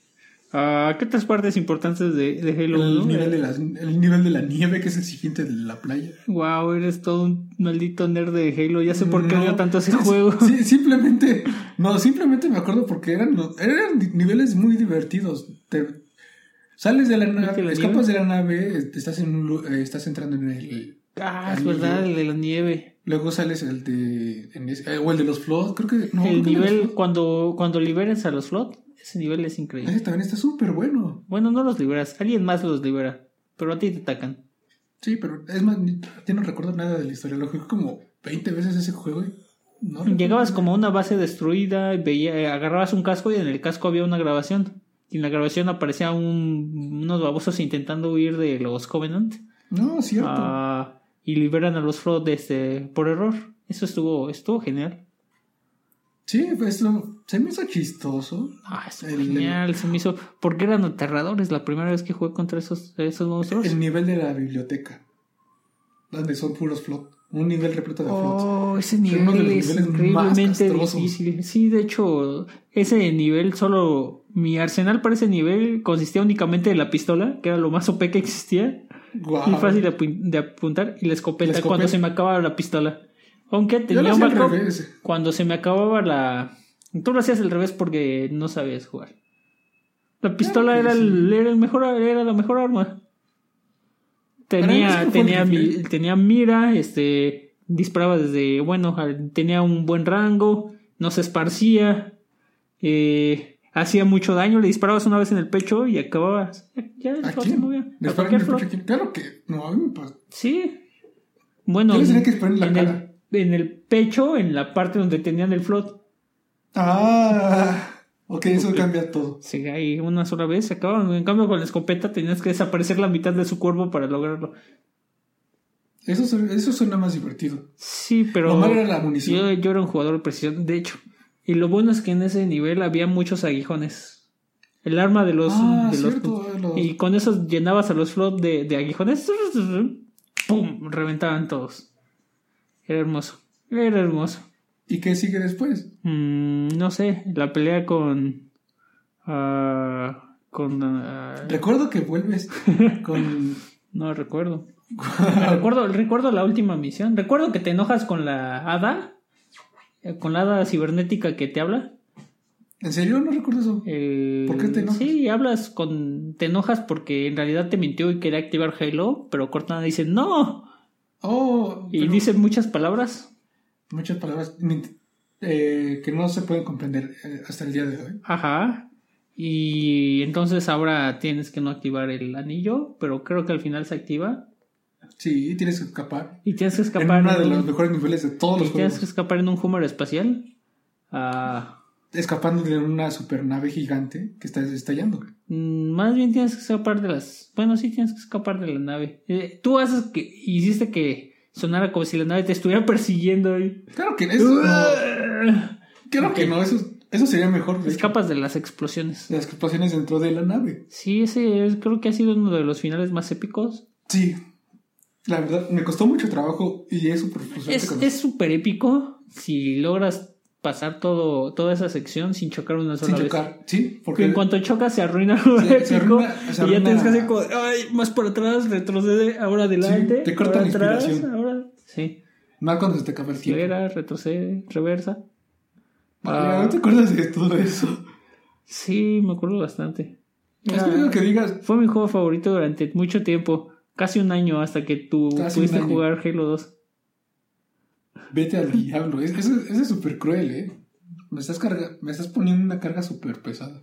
Ah, ¿qué otras partes importantes de, de Halo El uno? nivel de, las, el nivel de la nieve, que es el siguiente de la playa. Wow, eres todo un maldito nerd de Halo. Ya sé por qué No, odio tanto ese sí, juego. Sí, simplemente, no, simplemente me acuerdo porque eran, eran niveles muy divertidos. Te, sales de la nave, la escapas nieve? de la nave, estás, en un lu- eh, estás entrando en el... Ah, es anillo. verdad, el de la nieve. Luego sales el de... en ese- eh, o el de los flots, creo que... No, el creo que de los nivel, flots. cuando, cuando liberes a los Flood, ese nivel es increíble. Ese también está súper bueno. Bueno, no los liberas, alguien más los libera, pero a ti te atacan. Sí, pero es más, ni- yo no recuerdo nada de la historia. Lo jugué como veinte veces ese juego y no recuerdo Llegabas nada. como a una base destruida, y veía, agarrabas un casco y en el casco había una grabación. Y en la grabación aparecía un, unos babosos intentando huir de los Covenant. No, cierto. Ah, y liberan a los Flood este, por error. Eso estuvo, estuvo genial. Sí, pues lo- se me hizo chistoso. Ah, estuvo El- genial, se me hizo. Porque eran aterradores la primera vez que jugué contra esos, esos monstruos. El nivel de la biblioteca. Donde son puros flot. Un nivel repleto de flots. Oh, ese Son uno de nivel los es niveles más increíblemente castrosos. difícil. Sí, de hecho, ese nivel solo. Mi arsenal para ese nivel consistía únicamente de la pistola, que era lo más O P que existía. Guau. Y fácil de, apu- de apuntar. Y la escopeta, La escopeta. cuando se me acababa la pistola. Aunque Yo tenía lo un hacía al backup. revés. Cuando se me acababa la. Tú lo hacías al revés porque no sabías jugar. La pistola Claro que era, el, sí. era, el mejor, era la mejor arma. Para mí Tenía, siempre fue el tenía, mi- rifle. tenía mira, este, disparaba desde, bueno, al- tenía un buen rango, no se esparcía, eh, hacía mucho daño, le disparabas una vez en el pecho y acababas. Ya el ¿A flot se quién? movía. ¿Le A disparan cualquier en el flot. pecho a quién? Claro que no, a mí me pasa. Sí. Bueno, Yo les tenía que disparar en la en cara. el, en el pecho, en la parte donde tenían el flot. Ah, ok, eso cambia todo. Sí, ahí una sola vez se acababan. En cambio, con la escopeta tenías que desaparecer la mitad de su cuerpo para lograrlo. Eso, su- eso suena más divertido. Sí, pero Lo malo era la munición. Yo, yo era un jugador de precisión, de hecho. Y lo bueno es que en ese nivel había muchos aguijones. El arma de los... Ah, de los- cierto. los- y con eso llenabas a los flot de, de aguijones. ¡Pum! Reventaban todos. Era hermoso. Era hermoso. ¿Y qué sigue después? Mm, no sé, la pelea con... ah, con... ah, Recuerdo que vuelves con... no recuerdo. Me recuerdo, recuerdo la última misión. Recuerdo que te enojas con la hada. eh, Con la hada cibernética que te habla. ¿En serio? No recuerdo eso. El- ¿Por qué te enojas? Sí, hablas con... Te enojas porque en realidad te mintió y quería activar Halo, pero Cortana dice ¡no! Oh, Y pero dice muchas palabras. muchas palabras eh, que no se pueden comprender eh, hasta el día de hoy. Ajá. Y entonces ahora tienes que no activar el anillo, pero creo que al final se activa. Sí, tienes que escapar. Y tienes que En escapar uno en de un- los mejores niveles de todos y los tienes que juegos. escapar en un Hummer espacial. Ah... Escapando de una supernave gigante que está estallando. Mm, Más bien tienes que escapar de las... Bueno, sí tienes que escapar de la nave. Eh, tú haces que... Hiciste que sonara como si la nave te estuviera persiguiendo. Y... Claro que eso no. Claro que no, eso, eso sería mejor. de hecho. Escapas de las explosiones. Las explosiones dentro de la nave. Sí, ese es- creo que ha sido uno de los finales más épicos. Sí. La verdad, me costó mucho trabajo y es súper frustrante. Es cuando- es súper épico si logras pasar todo toda esa sección sin chocar una sola sin vez. chocar. Sí, Porque porque en cuanto chocas se arruina lo Se- se épico arruina- se y ya arruina- tienes que hacer como, ay, más para atrás, retrocede, ahora adelante, te corta ahora la atrás, inspiración. ahora, sí, más cuando se te acaba el tiempo. acelera, retrocede, reversa. Ah, Ah, ¿no te acuerdas de todo eso? sí, me acuerdo bastante. Es Era- que digo que digas, Fue mi juego favorito durante mucho tiempo, casi un año hasta que tú Casi un pudiste año. jugar Halo dos. vete al diablo. Es- Eso eso es súper cruel, ¿eh? Me estás, carga, me estás poniendo una carga súper pesada.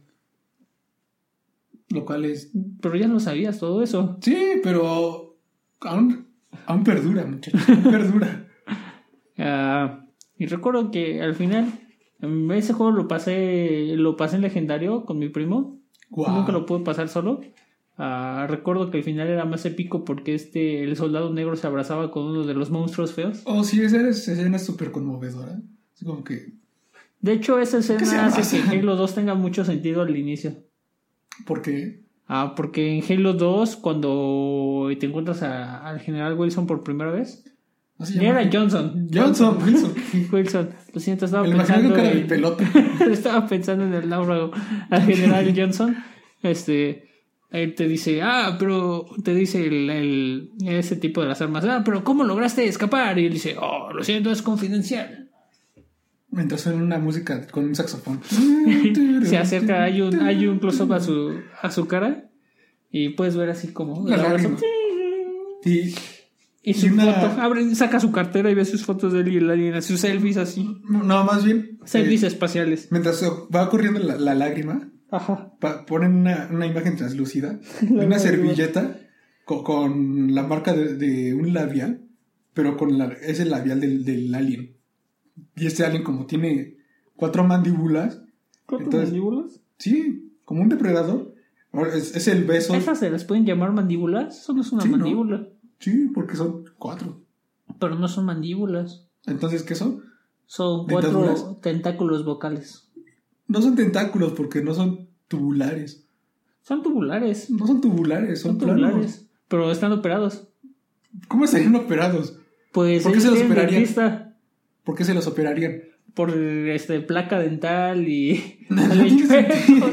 Lo cual es... Pero ya lo sabías todo eso. Sí, pero aún, aún perdura, muchachos. Aún perdura. Ah, y recuerdo que al final em, ese juego lo pasé lo pasé en legendario con mi primo. Guau. Nunca lo pude pasar solo. Ah, recuerdo que el final era más épico porque este el soldado negro se abrazaba con uno de los monstruos feos. Oh, sí, esa, esa escena es súper conmovedora. Es como que... De hecho, esa ¿Qué se escena hace abrazan? que Halo dos tenga mucho sentido al inicio. ¿Por qué? Ah, porque en Halo dos, cuando te encuentras a- al general Wilson por primera vez, ¿No se ya llama? era Johnson. Johnson, Wilson. Wilson, lo siento, estaba Me lo imaginé pensando con cara de en... pelota. Estaba pensando en el náufrago al general Johnson. este, él te dice, ah, pero te dice el, el, ese tipo de las armas, ah, pero ¿cómo lograste escapar? Y él dice, oh, lo siento, es confidencial. Mientras suena una música con un saxofón. Se acerca, hay un, hay un close-up a su, a su cara y puedes ver así como La la lágrima. Y, y su y una- foto, abre, saca su cartera y ve sus fotos de él y el alien, sus selfies así, no, más bien. selfies eh, espaciales. mientras va corriendo la, la lágrima, Ajá. pa- ponen una, una imagen translúcida, La una lágrima. servilleta con, con la marca de, de un labial, pero con la, es el labial del, del alien. Y este alien, como tiene cuatro mandíbulas, ¿Cuántas Entonces- mandíbulas? sí, como un depredador, ahora es, es el beso. ¿Esas se las pueden llamar mandíbulas? Eso no es una Sí, ¿no? mandíbula. Sí, porque son cuatro. Pero no son mandíbulas. Entonces, ¿qué son? Son cuatro ¿Dentaduras? tentáculos vocales. No son tentáculos porque no son tubulares. Son tubulares. No son tubulares, son, Son planos. tubulares. Pero están operados. ¿Cómo serían operados? Pues ¿Por qué ellos se los tienen operarían? dentista ¿Por qué se los operarían? por este placa dental y No alechuelos. tiene sentido.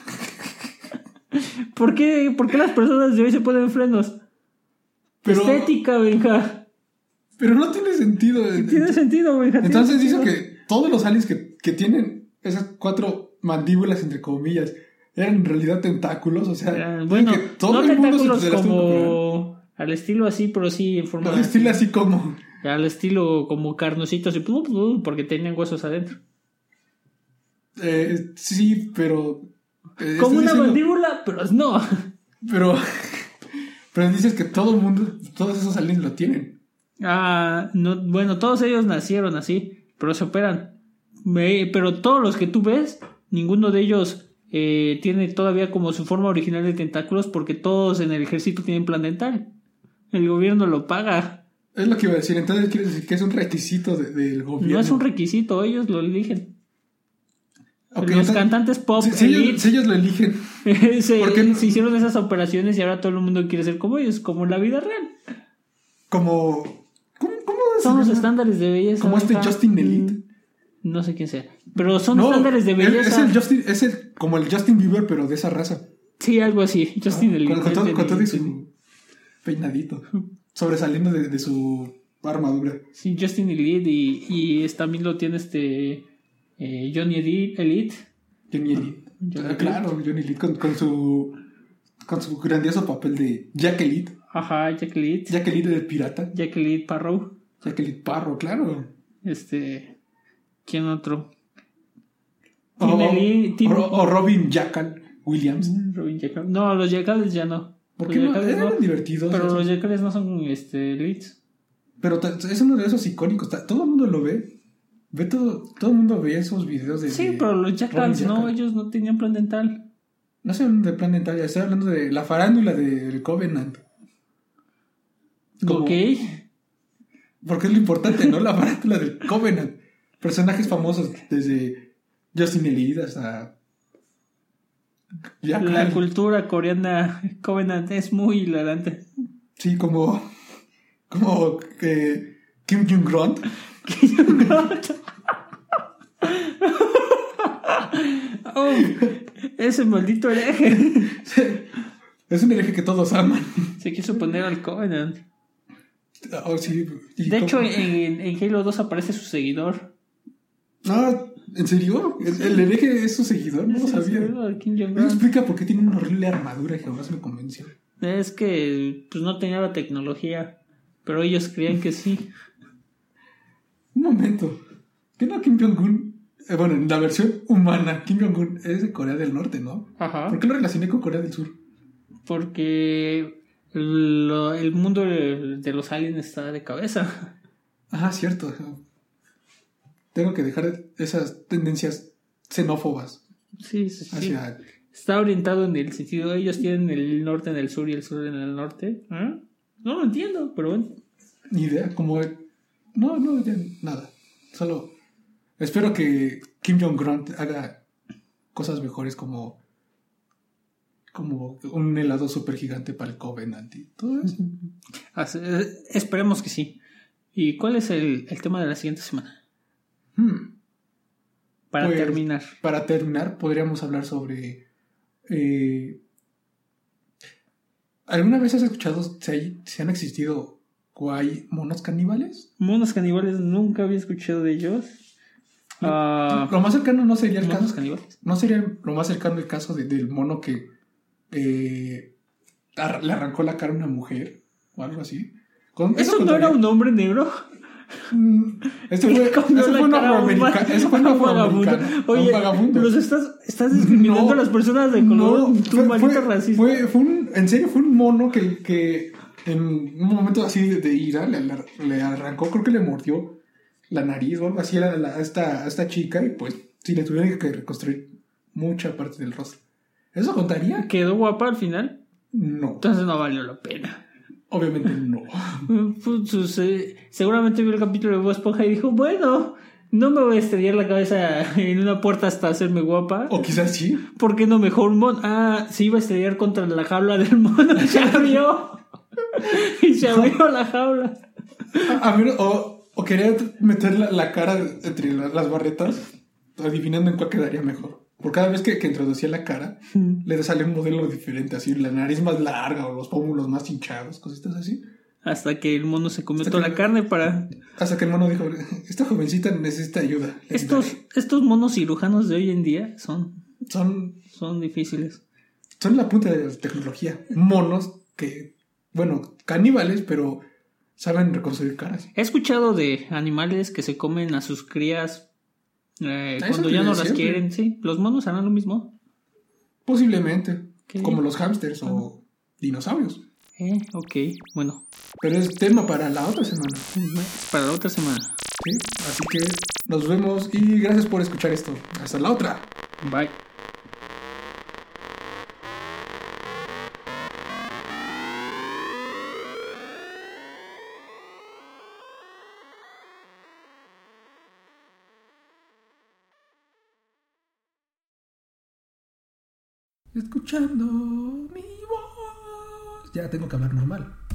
¿Por qué, ¿Por qué las personas de hoy se ponen frenos? Pero, Estética, Benja. pero no tiene sentido. Tiene sentido, Benja. tiene Entonces dice sentido. que todos los aliens que, que tienen esas cuatro mandíbulas, entre comillas, eran en realidad tentáculos. O sea, Ah, bueno, que todo no el mundo se- tentáculos se las tuvo que operar. como al estilo así, pero sí en forma No, estilo así como. al estilo como carnositos y plu, plu, porque tenían huesos adentro. Eh, sí, pero. eh, Como estoy una diciendo- mandíbula, pero no. Pero. Pero dices que todo el mundo, todos esos aliens lo tienen. Ah, no, bueno, todos ellos nacieron así, pero se operan. Me- pero todos los que tú ves, ninguno de ellos eh, tiene todavía como su forma original de tentáculos porque todos en el ejército tienen plan dental. El gobierno lo paga. Es lo que iba a decir. Entonces quiere decir que es un requisito de- del gobierno. No es un requisito, ellos lo eligen. Ok, Los entonces- cantantes pop Si, si ellos, elite si ellos lo eligen. se, ¿por qué no? se hicieron esas operaciones y ahora todo el mundo quiere ser como ellos, como en la vida real. Como. ¿Cómo, cómo se Son los llama? estándares de belleza. Como este Benja. Justin Elite. Mm, No sé quién sea. Pero son No, estándares de es- belleza. Es, el Justin, es el, como el Justin Bieber, pero de esa raza. Sí, algo así. Justin Ah, Elite. Con, con todo, con todo y Justin- su peinadito. Sobresaliendo de, de su armadura. Sí, Justin Elite y, y es- también lo tiene este eh, Johnny Elite. Elite. Johnny Elite. Johnny Ah, claro, Johnny Elite con, con su. Con su grandioso papel de Jack Elite. Ajá, Jack Elite. Jack Elite del pirata. Jack Elite Parrow. Jack Elite Parro, claro. Este. ¿Quién otro? O, Tim Elite. Tim- o- o Robin Jackal Williams. Robin Jackal. No, los Jackals ya no. ¿Por Los qué no? Jackals Eran divertidos. Pero esos. los Jackals no son este, elites. Pero ta- es uno de esos icónicos. ta- Todo el mundo lo ve. Ve todo. Todo el mundo ve esos videos de. Sí, de pero los Jackals Robin no, Jackal. ellos no tenían plan dental. No estoy hablando de plan dental, ya estoy hablando de la farándula del Covenant. Como- Ok. Porque es lo importante, ¿no? La farándula del Covenant. Personajes famosos, desde Justin Elite hasta. Jack La Hall. cultura coreana Covenant es muy hilarante. Sí, como. Como que. Kim Jong-un. Oh, ese maldito hereje. Es un hereje que todos aman. Se quiso poner al Covenant. Oh, sí. Y De como- hecho, en, en Halo dos aparece su seguidor. Ah, ¿en serio? ¿El, el hereje es su seguidor? No lo Es el sabía. seguidor de Kim Eso Jong-un. explica por qué tiene una horrible armadura y jamás me convenció. Es que pues, no tenía la tecnología, pero ellos creían que sí. Un momento. ¿Qué no Kim Jong-un? Eh, bueno, en la versión humana, Kim Jong-un es de Corea del Norte, ¿no? Ajá. ¿Por qué lo relacioné con Corea del Sur? Porque lo- el mundo de, de los aliens está de cabeza. Ah, cierto. Tengo que dejar esas tendencias xenófobas Sí, sí, sí. hacia... Está orientado en el sentido, ellos tienen el norte en el sur y el sur en el norte. ¿Eh? No lo entiendo, pero bueno. Ni idea, como... No, no, ya nada. Solo espero que Kim Jong-un haga cosas mejores como... Como un helado súper gigante para el Covenant y todo eso. Así- eh, esperemos que sí. ¿Y cuál es el, el tema de la siguiente semana? Hmm. Para Pues, terminar. Para terminar, podríamos hablar sobre Eh, ¿Alguna vez has escuchado si, hay, si han existido o hay monos caníbales? Monos caníbales, nunca había escuchado de ellos. Lo, Uh, lo más cercano no sería el ¿Monos caso. caníbales? No sería lo más cercano el caso de, del mono que eh, ar- le arrancó la cara a una mujer o algo así. Con, ¿Eso no era un hombre negro? Este fue, Le comió ese la fue un cara a un afroamericano. ma- Ese fue un a un afroamericano. vagabundo. a un Oye, vagabundo. los estás, estás discriminando No, a las personas de color. No, Tú, fue, maldita fue, racista. fue, fue un, en serio, fue un mono que, que en un momento así de, de ira le, le arrancó, creo que le mordió la nariz o algo así a, la, a, esta, a esta chica y pues sí le tuvieron que reconstruir mucha parte del rostro. ¿Eso contaría? ¿Quedó guapa al final? No, Entonces no valió la pena. obviamente no. Pues, eh, seguramente vio el capítulo de Bob Esponja y dijo, bueno, no me voy a estrellar la cabeza en una puerta hasta hacerme guapa. O quizás sí. ¿Por qué no mejor un mono? Ah, se iba a estrellar contra la jaula del mono y se abrió. Y se abrió la jaula. A, a ver, o, o quería meter la, la cara entre la, las barretas, adivinando en cuál quedaría mejor. Por cada vez que, que introducía la cara, le sale un modelo diferente, así, la nariz más larga o los pómulos más hinchados, cositas así. Hasta que el mono se comió Hasta toda que- la carne para... Hasta que el mono dijo, esta jovencita necesita ayuda. Le Estos, ayudaré. estos monos cirujanos de hoy en día son, Son, son difíciles. son la punta de la tecnología. Monos que, bueno, caníbales, pero saben reconstruir caras. He escuchado de animales que se comen a sus crías eh, Eso cuando es ya de no las siempre. quieren. Sí, los monos harán lo mismo. Posiblemente, ¿Qué? como los hámsters o dinosaurios. Eh, ok, bueno, Pero es tema para la otra semana. para la otra semana. ¿Sí? Así que nos vemos y gracias por escuchar esto. Hasta la otra. Bye. Escuchando mi voz. Ya tengo que hablar normal.